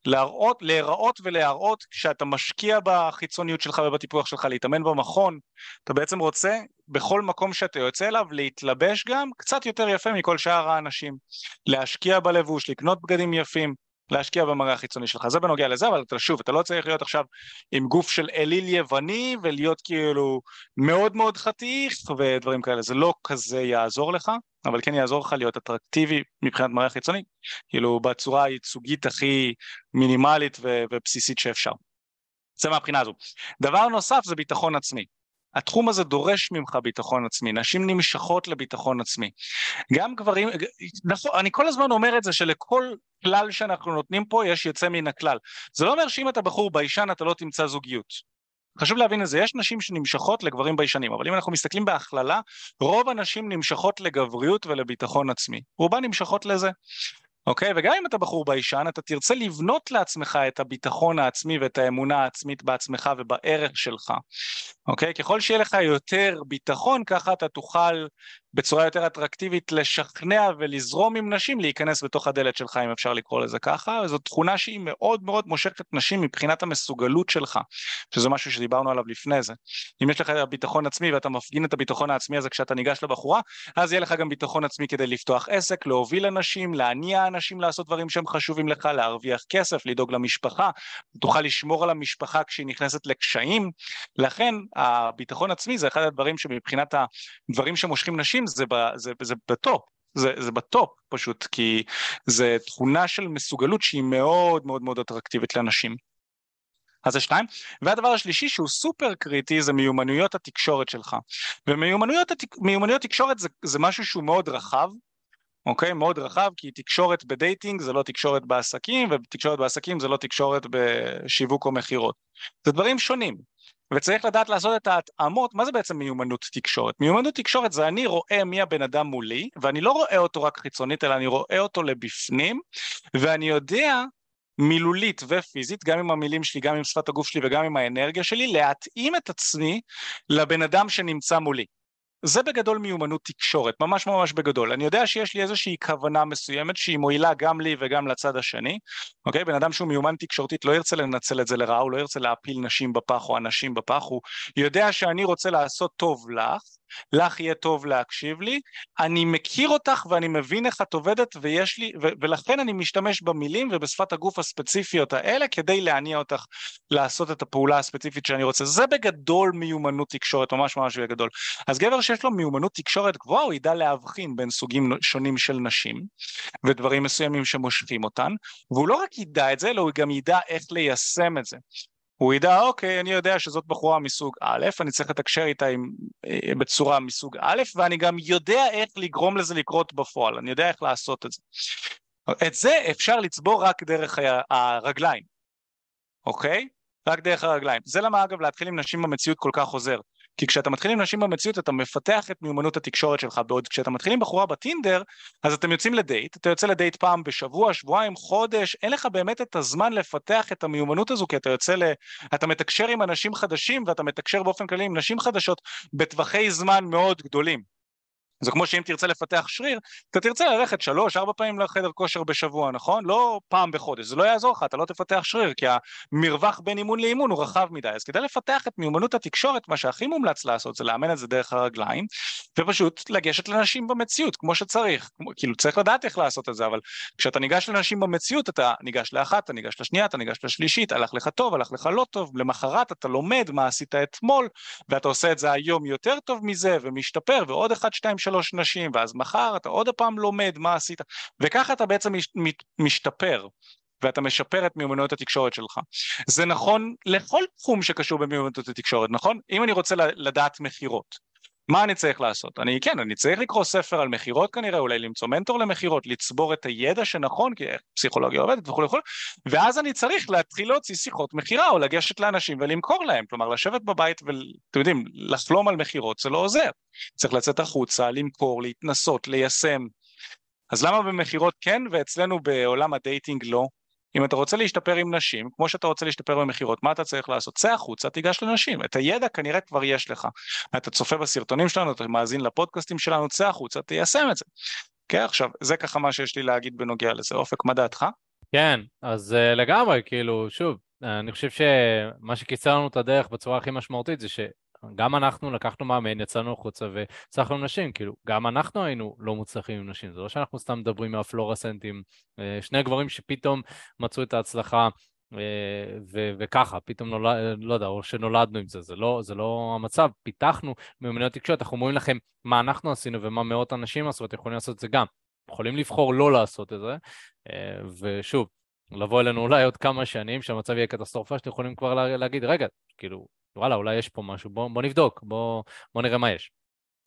להיראות ולהראות שאתה משקיע בחיצוניות שלך ובטיפוח שלך, להתאמן במכון, אתה בעצם רוצה בכל מקום שאתה יוצא אליו להתלבש גם קצת יותר יפה מכל שאר האנשים, להשקיע בלבוש, לקנות בגדים יפים, להשקיע במראה החיצוני שלך. זה בנוגע לזה, אבל שוב, אתה לא צריך להיות עכשיו עם גוף של אליל יווני ולהיות כאילו מאוד מאוד חתיך ודברים כאלה, זה לא כזה יעזור לך, אבל כן יעזור לך להיות אטרקטיבי מבחינת מראה חיצוני, כאילו בצורה הייצוגית הכי מינימלית ובסיסית שאפשר. זה מהבחינה הזו. דבר נוסף זה ביטחון עצמי. התחום הזה דורש ממך ביטחון עצמי, נשים נמשכות לביטחון עצמי. גם גברים, נכון, אני כל הזמן אומר את זה שלכל כלל שאנחנו נותנים פה יש יוצא מן הכלל. זה לא אומר שאם אתה בחור ביישן אתה לא תמצא זוגיות. חשוב להבין את זה, יש נשים שנמשכות לגברים ביישנים, אבל אם אנחנו מסתכלים בהכללה, רוב הנשים נמשכות לגבריות ולביטחון עצמי. רובן נמשכות לזה. אוקיי? וגם אם אתה בחור ביישן, אתה תרצה לבנות לעצמך את הביטחון העצמי ואת האמונה העצמית בעצמך ובערך שלך. אוקיי? ככל שיהיה לך יותר ביטחון, ככה אתה תוכל בצורה יותר אטרקטיבית לשכנע ולזרום עם נשים להיכנס בתוך הדלת שלך, אם אפשר לקרוא לזה ככה. זו תכונה שהיא מאוד מאוד מושכת נשים מבחינת המסוגלות שלך, שזה משהו שדיברנו עליו לפני זה. אם יש לך ביטחון עצמי ואתה מפגין את הביטחון העצמי הזה כשאתה ניגש לבחורה, אז יהיה לך גם ביטחון עצמי כדי לפתוח עסק, להוביל אנשים, להניע אנשים לעשות דברים שהם חשובים לך, להרוויח כסף, לדאוג למשפחה, תוכל לשמור על המשפחה כשהיא נכנסת לקשיים. לכן הביטחון עצמי זה אחד הדברים שמבחינת הדברים שמושכים נשים זה בטופ, זה בטופ פשוט, כי זה תכונה של מסוגלות שהיא מאוד מאוד מאוד אטרקטיבית לאנשים. אז זה 2, והדבר השלישי שהוא סופר קריטי זה מיומנויות התקשורת שלך, ומיומנויות תקשורת זה משהו שהוא מאוד רחב, אוקיי? מאוד רחב, כי תקשורת בדייטינג זה לא תקשורת בעסקים, ותקשורת בעסקים זה לא תקשורת בשיווק או מחירות, זה דברים שונים. וצריך לדעת לעשות את ההתאמות. מה זה בעצם מיומנות תקשורת? מיומנות תקשורת זה אני רואה מי הבן אדם מולי, ואני לא רואה אותו רק חיצונית, אלא אני רואה אותו לבפנים, ואני יודע מילולית ופיזית, גם עם המילים שלי, גם עם שפת הגוף שלי וגם עם האנרגיה שלי, להתאים את עצמי לבן אדם שנמצא מולי. זה בגדול מיומנות תקשורת, ממש ממש בגדול. אני יודע שיש לי איזושהי כוונה מסוימת שהיא מועילה גם לי וגם לצד השני. אוקיי? בן אדם שהוא מיומן תקשורתית לא ירצה לנצל את זה לרעה, הוא לא ירצה להפיל נשים בפח או אנשים בפח, הוא יודע שאני רוצה לעשות טוב לך, לך יהיה טוב להקשיב לי, אני מכיר אותך ואני מבין איך את עובדת ויש לי, ולכן אני משתמש במילים ובשפת הגוף הספציפיות האלה כדי להניע אותך לעשות את הפעולה הספציפית שאני רוצה. זה בגדול מיומנות תקשורת, ממש ממש בגדול. אז גבר שיש לו מיומנות תקשורת גבוהה, הוא ידע להבחין בין סוגים שונים של נשים ודברים מסוימים שמושכים אותן, והוא לא רק ידע את זה, אלא הוא גם ידע איך ליישם את זה. הוא ידע, אוקיי, אני יודע שזאת בחורה מסוג א', אני צריך לתקשר איתה בצורה מסוג א', ואני גם יודע איך לגרום לזה לקרות בפועל, אני יודע איך לעשות את זה. את זה אפשר לצבור רק דרך הרגליים, אוקיי? רק דרך הרגליים. זה למה אגב להתחיל עם נשים במציאות כל כך עוזר. כי כשאתה מתחיל עם נשים במציאות אתה מפתח את מיומנות התקשורת שלך, בעוד כשאתה מתחיל עם בחורה בטינדר, אז אתם יוצאים לדייט, אתה יוצא לדייט פעם בשבוע, שבועיים, חודש, אין לך באמת את הזמן לפתח את המיומנות הזו, כי אתה מתקשר עם אנשים חדשים, ואתה מתקשר באופן כללי עם נשים חדשות, בטווחי זמן מאוד גדולים. זה כמו שאם תרצה לפתח שריר, אתה תרצה ללכת 3-4 פעמים לחדר כושר בשבוע, נכון? לא פעם בחודש, זה לא יעזור לך, אתה לא תפתח שריר, כי המרווח בין אימון לאימון הוא רחב מדי, אז כדי לפתח את מיומנות התקשורת, מה שהכי מומלץ לעשות זה לאמן את זה דרך הרגליים, ופשוט לגשת לנשים במציאות, כמו שצריך, כאילו צריך לדעת איך לעשות את זה, אבל כשאתה ניגש לנשים במציאות, אתה ניגש לאחת, אתה ניגש לשנייה, אתה ניגש לשלישית, הלך לך טוב, הלך לך לא טוב, למחרת אתה לומד מה עשית אתמול, ואתה עושה את זה היום יותר טוב מזה, ומשתפר, ועוד 1, 2, 3 נשים, ואז מחר אתה עוד פעם לומד מה עשית, וככה אתה בעצם משתפר, ואתה משפר את מיומנויות התקשורת שלך. זה נכון לכל תחום שקשור במיומנויות התקשורת, נכון? אם אני רוצה לדעת מחירות, מה אני צריך לעשות? אני צריך לקרוא ספר על מחירות כנראה, אולי למצוא מנטור למחירות, לצבור את הידע שנכון, כי פסיכולוגיה עובדת וכו' וכו', ואז אני צריך להתחיל להוציא שיחות מחירה, או לגשת לאנשים ולמכור להם, כלומר לשבת בבית ואתם יודעים, לחלום על מחירות זה לא עוזר, צריך לצאת החוצה, למכור, להתנסות, ליישם. אז למה במחירות כן, ואצלנו בעולם הדייטינג לא? אם אתה רוצה להשתפר עם נשים, כמו שאתה רוצה להשתפר במחירות, מה אתה צריך לעשות? צא החוצה, תיגש לנשים. את הידע כנראה כבר יש לך. אתה צופה בסרטונים שלנו, אתה מאזין לפודקאסטים שלנו, צא החוצה, תיישם את זה. כן, עכשיו, זה ככה מה שיש לי להגיד בנוגע לזה. אופק, מה דעתך? כן, אז לגמרי, כאילו, שוב, אני חושב שמה שקיצר לנו את הדרך בצורה הכי משמעותית זה שגם אנחנו לקחנו מאמן, יצאנו החוצה וצריכנו נשים, כאילו, גם אנחנו היינו לא מוצלחים עם נשים, זה לא שאנחנו סתם מדברים מהפלורסנטים, שני גברים שפתאום מצאו את ההצלחה, וככה, פתאום לא יודע, או שנולדנו עם זה, זה לא המצב, פיתחנו מיומנויות תקשורת, אנחנו אומרים לכם מה אנחנו עשינו ומה מאות אנשים עשו, אתם יכולים לעשות את זה גם, יכולים לבחור לא לעשות את זה, ושוב, לבוא אלינו אולי עוד כמה שנים שהמצב יהיה קטסטרופה, שאתם יכולים כבר להגיד, רגע, כאילו, וואלה, אולי יש פה משהו, בוא נבדוק, בוא נראה מה יש.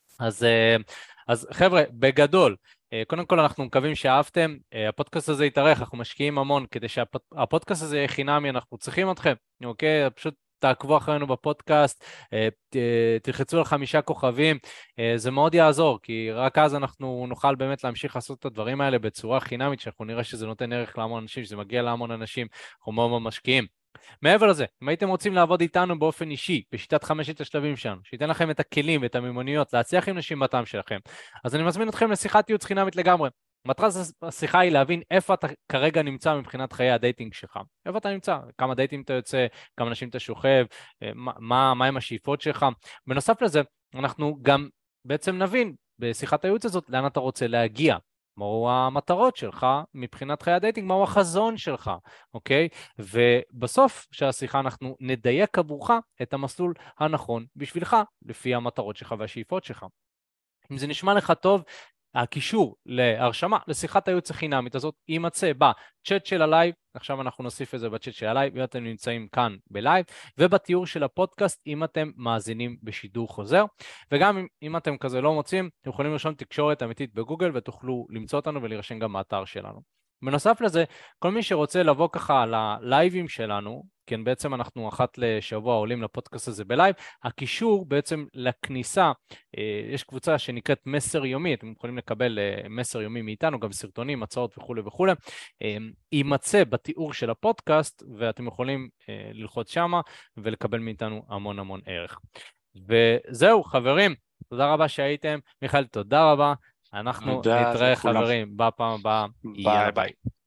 אז חבר'ה, בגדול, קודם כל אנחנו מקווים שאהבתם, הפודקאסט הזה יתארך, אנחנו משקיעים המון כדי שהפודקאסט הזה יהיה חינמי, אנחנו צריכים אתכם, אוקיי? פשוט תעקבו אחרינו בפודקאסט, תלחצו על 5 כוכבים, זה מאוד יעזור, כי רק אז אנחנו נוכל באמת להמשיך לעשות את הדברים האלה בצורה חינמית, שאנחנו נראה שזה נותן ערך להמון אנשים, שזה מגיע להמון אנשים, אנחנו מאוד משקיעים. מעבר לזה, אם הייתם רוצים לעבוד איתנו באופן אישי, בשיטת 5 השלבים שלנו, שייתן לכם את הכלים ואת המיומנויות, להצליח עם נשים בטעם שלכם, אז אני מזמין אתכם לשיחת ייעוץ חינמית לגמרי. מטרת השיחה היא להבין איפה אתה כרגע נמצא מבחינת חיי הדייטינג שלך. איפה אתה נמצא, כמה דייטים אתה יוצא, כמה נשים אתה שוכב, מה הם השאיפות שלך. בנוסף לזה, אנחנו גם בעצם נבין בשיחת הייעוץ הזאת לאן אתה רוצה להגיע. מהו המטרות שלך מבחינת חיי הדייטינג, מהו החזון שלך, אוקיי? ובסוף שהשיחה אנחנו נדייק עבורך את המסלול הנכון בשבילך, לפי המטרות שלך והשאיפות שלך. אם זה נשמע לך טוב, הקישור להרשמה לשיחת הייעוץ החינמית הזאת יימצא בצ'אט של הלייב, עכשיו אנחנו נוסיף את זה בצ'אט של הלייב, אם אתם נמצאים כאן בלייב, ובתיאור של הפודקאסט אם אתם מאזינים בשידור חוזר, וגם אם אתם כזה לא מוצאים, אתם יכולים לרשום תקשורת אמיתית בגוגל, ותוכלו למצוא אותנו ולהירשם גם באתר שלנו. בנוסף לזה, כל מי שרוצה לבוא ככה ללייבים שלנו, כן, בעצם אנחנו אחת לשבוע עולים לפודקאסט הזה בלייב, הקישור בעצם לכניסה, יש קבוצה שנקראת מסר יומי, אתם יכולים לקבל מסר יומי מאיתנו, גם סרטונים, הצעות וכו' וכו', יימצא בתיאור של הפודקאסט, ואתם יכולים ללחוץ שמה ולקבל מאיתנו המון ערך. וזהו, חברים, תודה רבה שהייתם, מיכאל, תודה רבה, אנחנו נתראה חברים בפעם הבאה, יאללה ביי.